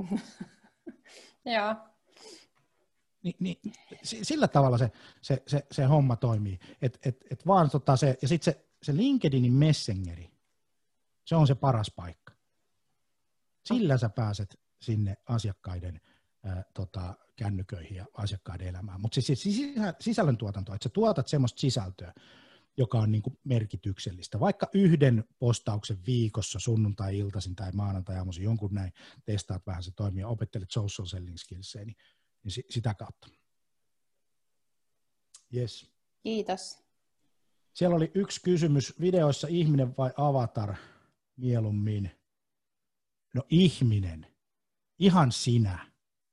Joo. Niin, sillä tavalla se homma toimii. Et vaan ja sitten se LinkedInin Messengeri, se on se paras paikka. Sillä sä pääset sinne asiakkaiden kännyköihin ja asiakkaiden elämään. Mutta siis sisällöntuotanto, että sä tuotat semmoista sisältöä, joka on niinku merkityksellistä. Vaikka yhden postauksen viikossa, sunnuntai-iltaisin tai maanantai-aamuisin, jonkun näin, testaat vähän se toimii ja opettelet social selling skillsejä, niin sitä kautta. Yes. Kiitos. Siellä oli yksi kysymys, videoissa ihminen vai avatar mieluummin? No ihminen, ihan sinä,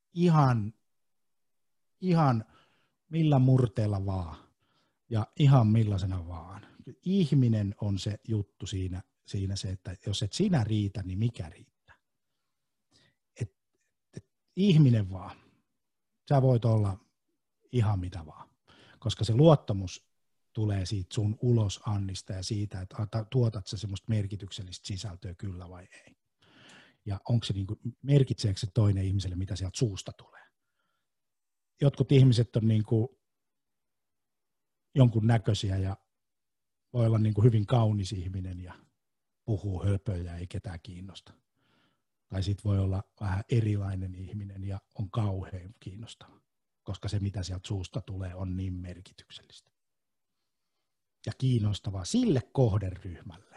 ihan millä murteella vaan ja ihan millaisena vaan. Ihminen on se juttu siinä se, että jos et sinä riitä, niin mikä riittää? Et ihminen vaan, sä voit olla ihan mitä vaan, koska se luottamus tulee siitä sun ulosannista ja siitä, että tuotat sä semmoista merkityksellistä sisältöä kyllä vai ei. Ja onko se niinku, merkitseekö se toinen ihmiselle, mitä sieltä suusta tulee. Jotkut ihmiset on niinku jonkun näköisiä ja voi olla niinku hyvin kaunis ihminen ja puhuu höpöjä, ei ketään kiinnosta. Tai sitten voi olla vähän erilainen ihminen ja on kauhean kiinnostava, koska se mitä sieltä suusta tulee on niin merkityksellistä. Ja kiinnostavaa sille kohderyhmälle.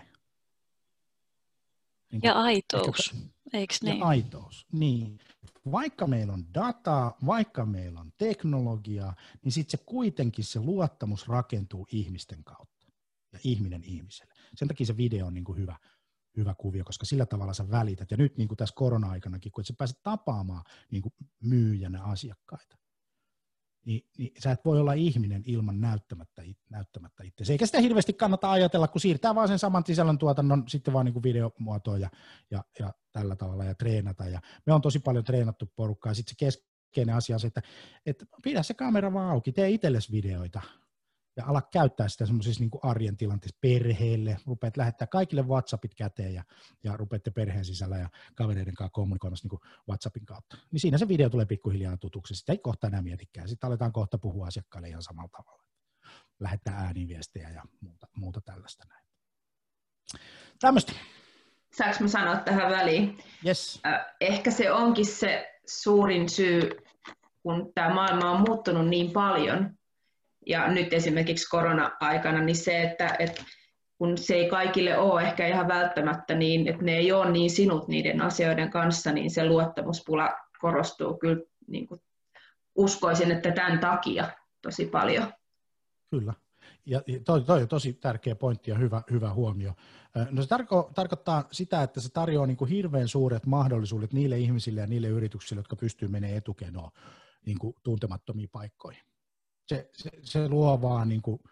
Niin ja aitous, eikö niin? Ja aitous, niin. Vaikka meillä on dataa, vaikka meillä on teknologiaa, niin sitten se kuitenkin se luottamus rakentuu ihmisten kautta ja ihminen ihmiselle. Sen takia se video on niin kuin hyvä kuvio, koska sillä tavalla sä välität. Ja nyt niin kuin tässä korona-aikanakin, kun sä pääset tapaamaan niin kuin myyjänä asiakkaita, niin sä et voi olla ihminen ilman näyttämättä itse. Eikä sitä hirveästi kannata ajatella, kun siirtää vaan sen saman sisällöntuotannon sitten vaan niin kuin videomuotoon ja tällä tavalla ja treenata. Ja me on tosi paljon treenattu porukkaa. Ja sitten se keskeinen asia on se, että pidä se kamera vaan auki, tee itsellesi videoita ja ala käyttää sitä semmoisissa niin kuin arjen tilanteissa perheelle. Rupeat lähettää kaikille WhatsAppit käteen ja rupeatte perheen sisällä ja kavereiden kanssa kommunikoimassa niin kuin WhatsAppin kautta. Niin siinä se video tulee pikkuhiljaa tutuksi. Sitä ei kohta enää mietikään. Sitten aletaan kohta puhua asiakkaille ihan samalla tavalla. Lähettää ääniviestejä ja muuta tällaista näin. Tämmöistä. Saanko mä sanoa tähän väliin? Yes. Ehkä se onkin se suurin syy, kun tämä maailma on muuttunut niin paljon. Ja nyt esimerkiksi korona-aikana, niin se, että kun se ei kaikille ole ehkä ihan välttämättä niin, että ne ei ole niin sinut niiden asioiden kanssa, niin se luottamuspula korostuu kyllä, niin kuin uskoisin, että tämän takia tosi paljon. Kyllä. Ja toi on tosi tärkeä pointti ja hyvä huomio. No se tarkoittaa sitä, että se tarjoaa niin kuin hirveän suuret mahdollisuudet niille ihmisille ja niille yrityksille, jotka pystyy menemään etukenoon niin kuin tuntemattomiin paikkoihin. Se luo vaan niin kuin,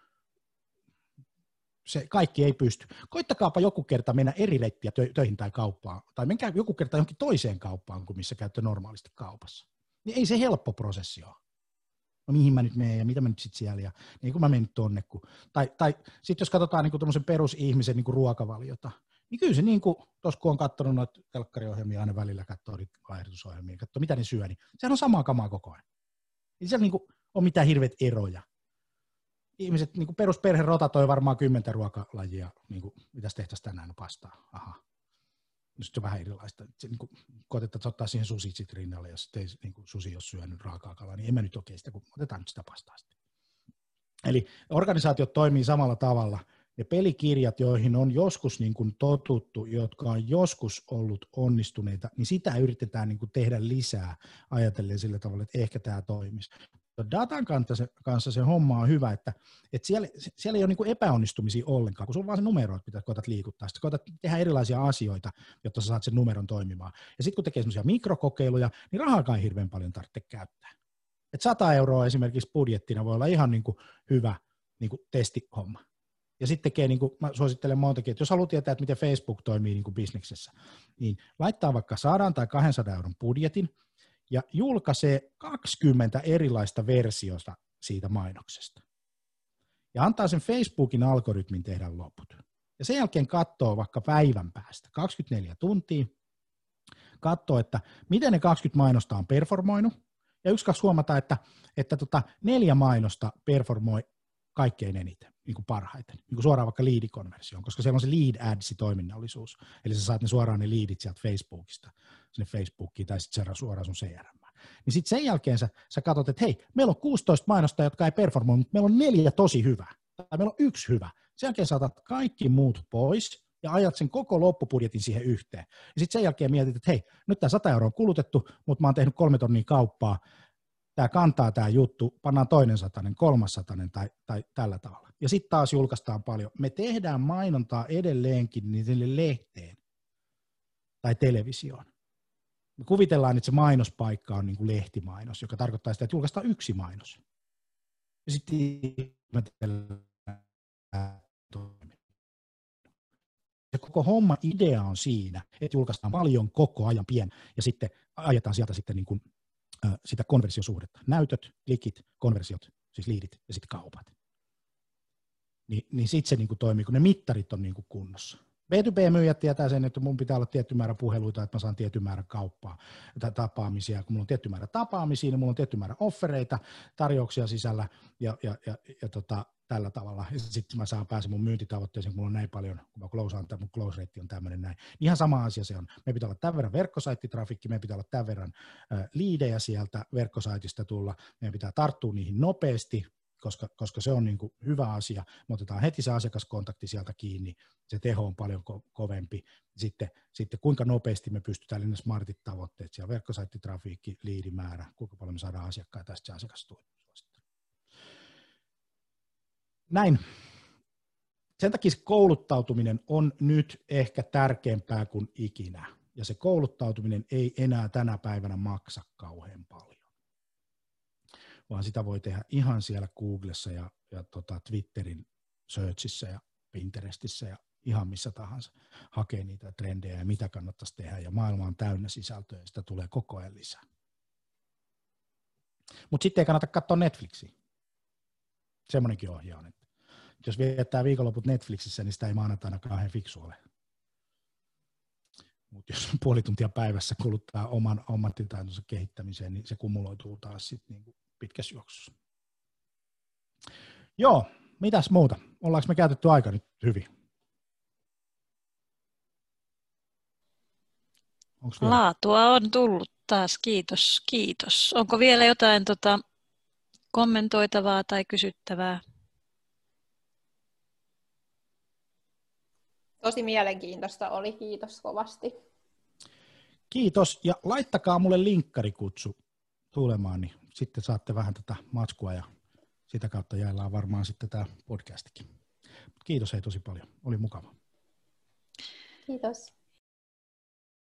se kaikki ei pysty. Koittakaapa joku kerta mennä eri reittiä töihin tai kauppaan, tai menkää joku kerta johonkin toiseen kauppaan kuin missä käytte normaalisti kaupassa. Niin ei se helppo prosessi ole. No mihin mä nyt menen ja mitä mä nyt sitten siellä, ja niin kun mä menen tonne. Tai sitten jos katsotaan niin tuommoisen perusihmisen niin ruokavaliota, niin kyllä se niin kuin, tuossa kun on katsonut noita telkkariohjelmia aina välillä, katsoo laihdutusohjelmia, katsoo mitä ne syö, niin sehän on samaa kamaa koko ajan. Ei siellä niin kuin ole mitään hirveät eroja. Ihmiset, niin kuin perusperhe rotatoi varmaan 10 ruokalajia, niin kuin, mitäs tehtäisiin tänään, no pastaa, aha. No sitten on vähän erilaista. Niin koetetaan ottaa siihen susi sitten rinnalle, jos ei niin susi ole syönyt raakaa kalaa, niin en mä nyt oikein sitä, kun otetaan nyt sitä pastaa sitten. Eli organisaatiot toimii samalla tavalla. Ne pelikirjat, joihin on joskus niin kuin totuttu, jotka on joskus ollut onnistuneita, niin sitä yritetään niin kuin tehdä lisää ajatellen sillä tavalla, että ehkä tämä toimisi. datan kanssa se homma on hyvä, että siellä ei ole niinku epäonnistumisia ollenkaan, kun sulla vaan se numero, että koetat liikuttaa. Sitten koetat tehdä erilaisia asioita, jotta sä saat sen numeron toimimaan. Ja sitten kun tekee semmoisia mikrokokeiluja, niin rahaakaan ei hirveän paljon tarvitse käyttää. Et 100 € esimerkiksi budjettina voi olla ihan niinku hyvä niinku testihomma. Ja sitten tekee, niin kuin mä suosittelen montakin, että jos haluat tietää, että miten Facebook toimii niin kuin bisneksessä, niin laittaa vaikka 100 tai 200 € budjetin ja julkaisee 20 erilaista versiota siitä mainoksesta. Ja antaa sen Facebookin algoritmin tehdä loput. Ja sen jälkeen katsoo vaikka päivän päästä, 24 tuntia, katsoo, että miten ne 20 mainosta on performoinut. Ja 1-2 huomata, että 4 mainosta performoi kaikkein eniten, niin kuin parhaiten, niin kuin suoraan vaikka lead-konversioon, koska siellä on se lead ads-toiminnallisuus, eli sä saat ne suoraan ne leadit sieltä Facebookista, sinne Facebookiin tai sitten suoraan sun CRM. Niin sitten sen jälkeen sä katsot, että hei, meillä on 16 mainosta, jotka ei performoi, mutta meillä on 4 tosi hyvää, tai meillä on 1 hyvä. Sen jälkeen sä otat kaikki muut pois ja ajat sen koko loppubudjetin siihen yhteen. Ja sitten sen jälkeen mietit, että hei, nyt tämä 100 € on kulutettu, mutta mä oon tehnyt 3 tonnia kauppaa, tämä kantaa tämä juttu, pannaan 200, 300 tai tällä tavalla. Ja sitten taas julkaistaan paljon. Me tehdään mainontaa edelleenkin niille lehteen tai televisioon. Me kuvitellaan, että se mainospaikka on niin kuin lehtimainos, joka tarkoittaa sitä, että julkaistaan 1 mainos. Ja sitten se koko homman idea on siinä, että julkaistaan paljon koko ajan ja sitten ajetaan sieltä sitten niin kuin sitä konversiosuhdetta. Näytöt, klikit, konversiot, siis liidit ja sitten kaupat. Niin sitten se niinku toimii, kun ne mittarit on niinku kunnossa. B2B-myyjät tietää sen, että mun pitää olla tietty määrä puheluita, että mä saan tietty määrä kauppaa tai tapaamisia. Kun mulla on tietty määrä tapaamisia, niin mulla on tietty määrä offereita, tarjouksia sisällä ja tällä tavalla. Ja sitten mä pääsen mun myyntitavoitteeseen, kun mulla on näin paljon, kun mä closeaan, mun close rate on tämmöinen näin. Ihan sama asia se on. Me pitää olla tämän verran verkkosaitti-trafikki, me pitää olla tämän verran liidejä sieltä verkkosaitista tulla, meidän pitää tarttua niihin nopeasti, koska se on niin kuin hyvä asia. Me otetaan heti se asiakaskontakti sieltä kiinni, se teho on paljon kovempi. Sitten kuinka nopeasti me pystytään ne smartit tavoitteet, siellä verkkosaitti-trafikki, liidimäärä, kuinka paljon me saadaan asiakkaita ja sitten se asiakastuottelu. Näin. Sen takia se kouluttautuminen on nyt ehkä tärkeämpää kuin ikinä. Ja se kouluttautuminen ei enää tänä päivänä maksa kauhean paljon. Vaan sitä voi tehdä ihan siellä Googlessa ja Twitterin searchissa ja Pinterestissä ja ihan missä tahansa. Hakee niitä trendejä ja mitä kannattaisi tehdä. Ja maailma on täynnä sisältöä ja sitä tulee koko ajan lisää. Mutta sitten ei kannata katsoa Netflixiä. Semmoinenkin ohje on, että jos viettää viikonloput Netflixissä, niin sitä ei maanantaina kauhean fiksu ole. Mutta jos puoli tuntia päivässä kuluttaa oman ammattitaitonsa kehittämiseen, niin se kumuloituu taas sitten niinku pitkässä juoksussa. Joo, mitäs muuta? Ollaanko me käytetty aika nyt hyvin? Laatua on tullut taas, kiitos. Onko vielä jotain kommentoitavaa tai kysyttävää? Tosi mielenkiintoista oli, kiitos kovasti. Kiitos, ja laittakaa mulle linkkarikutsu tulemaan, niin sitten saatte vähän tätä matskua, ja sitä kautta jaellaan varmaan sitten tämä podcastikin. Kiitos hei tosi paljon, oli mukava. Kiitos.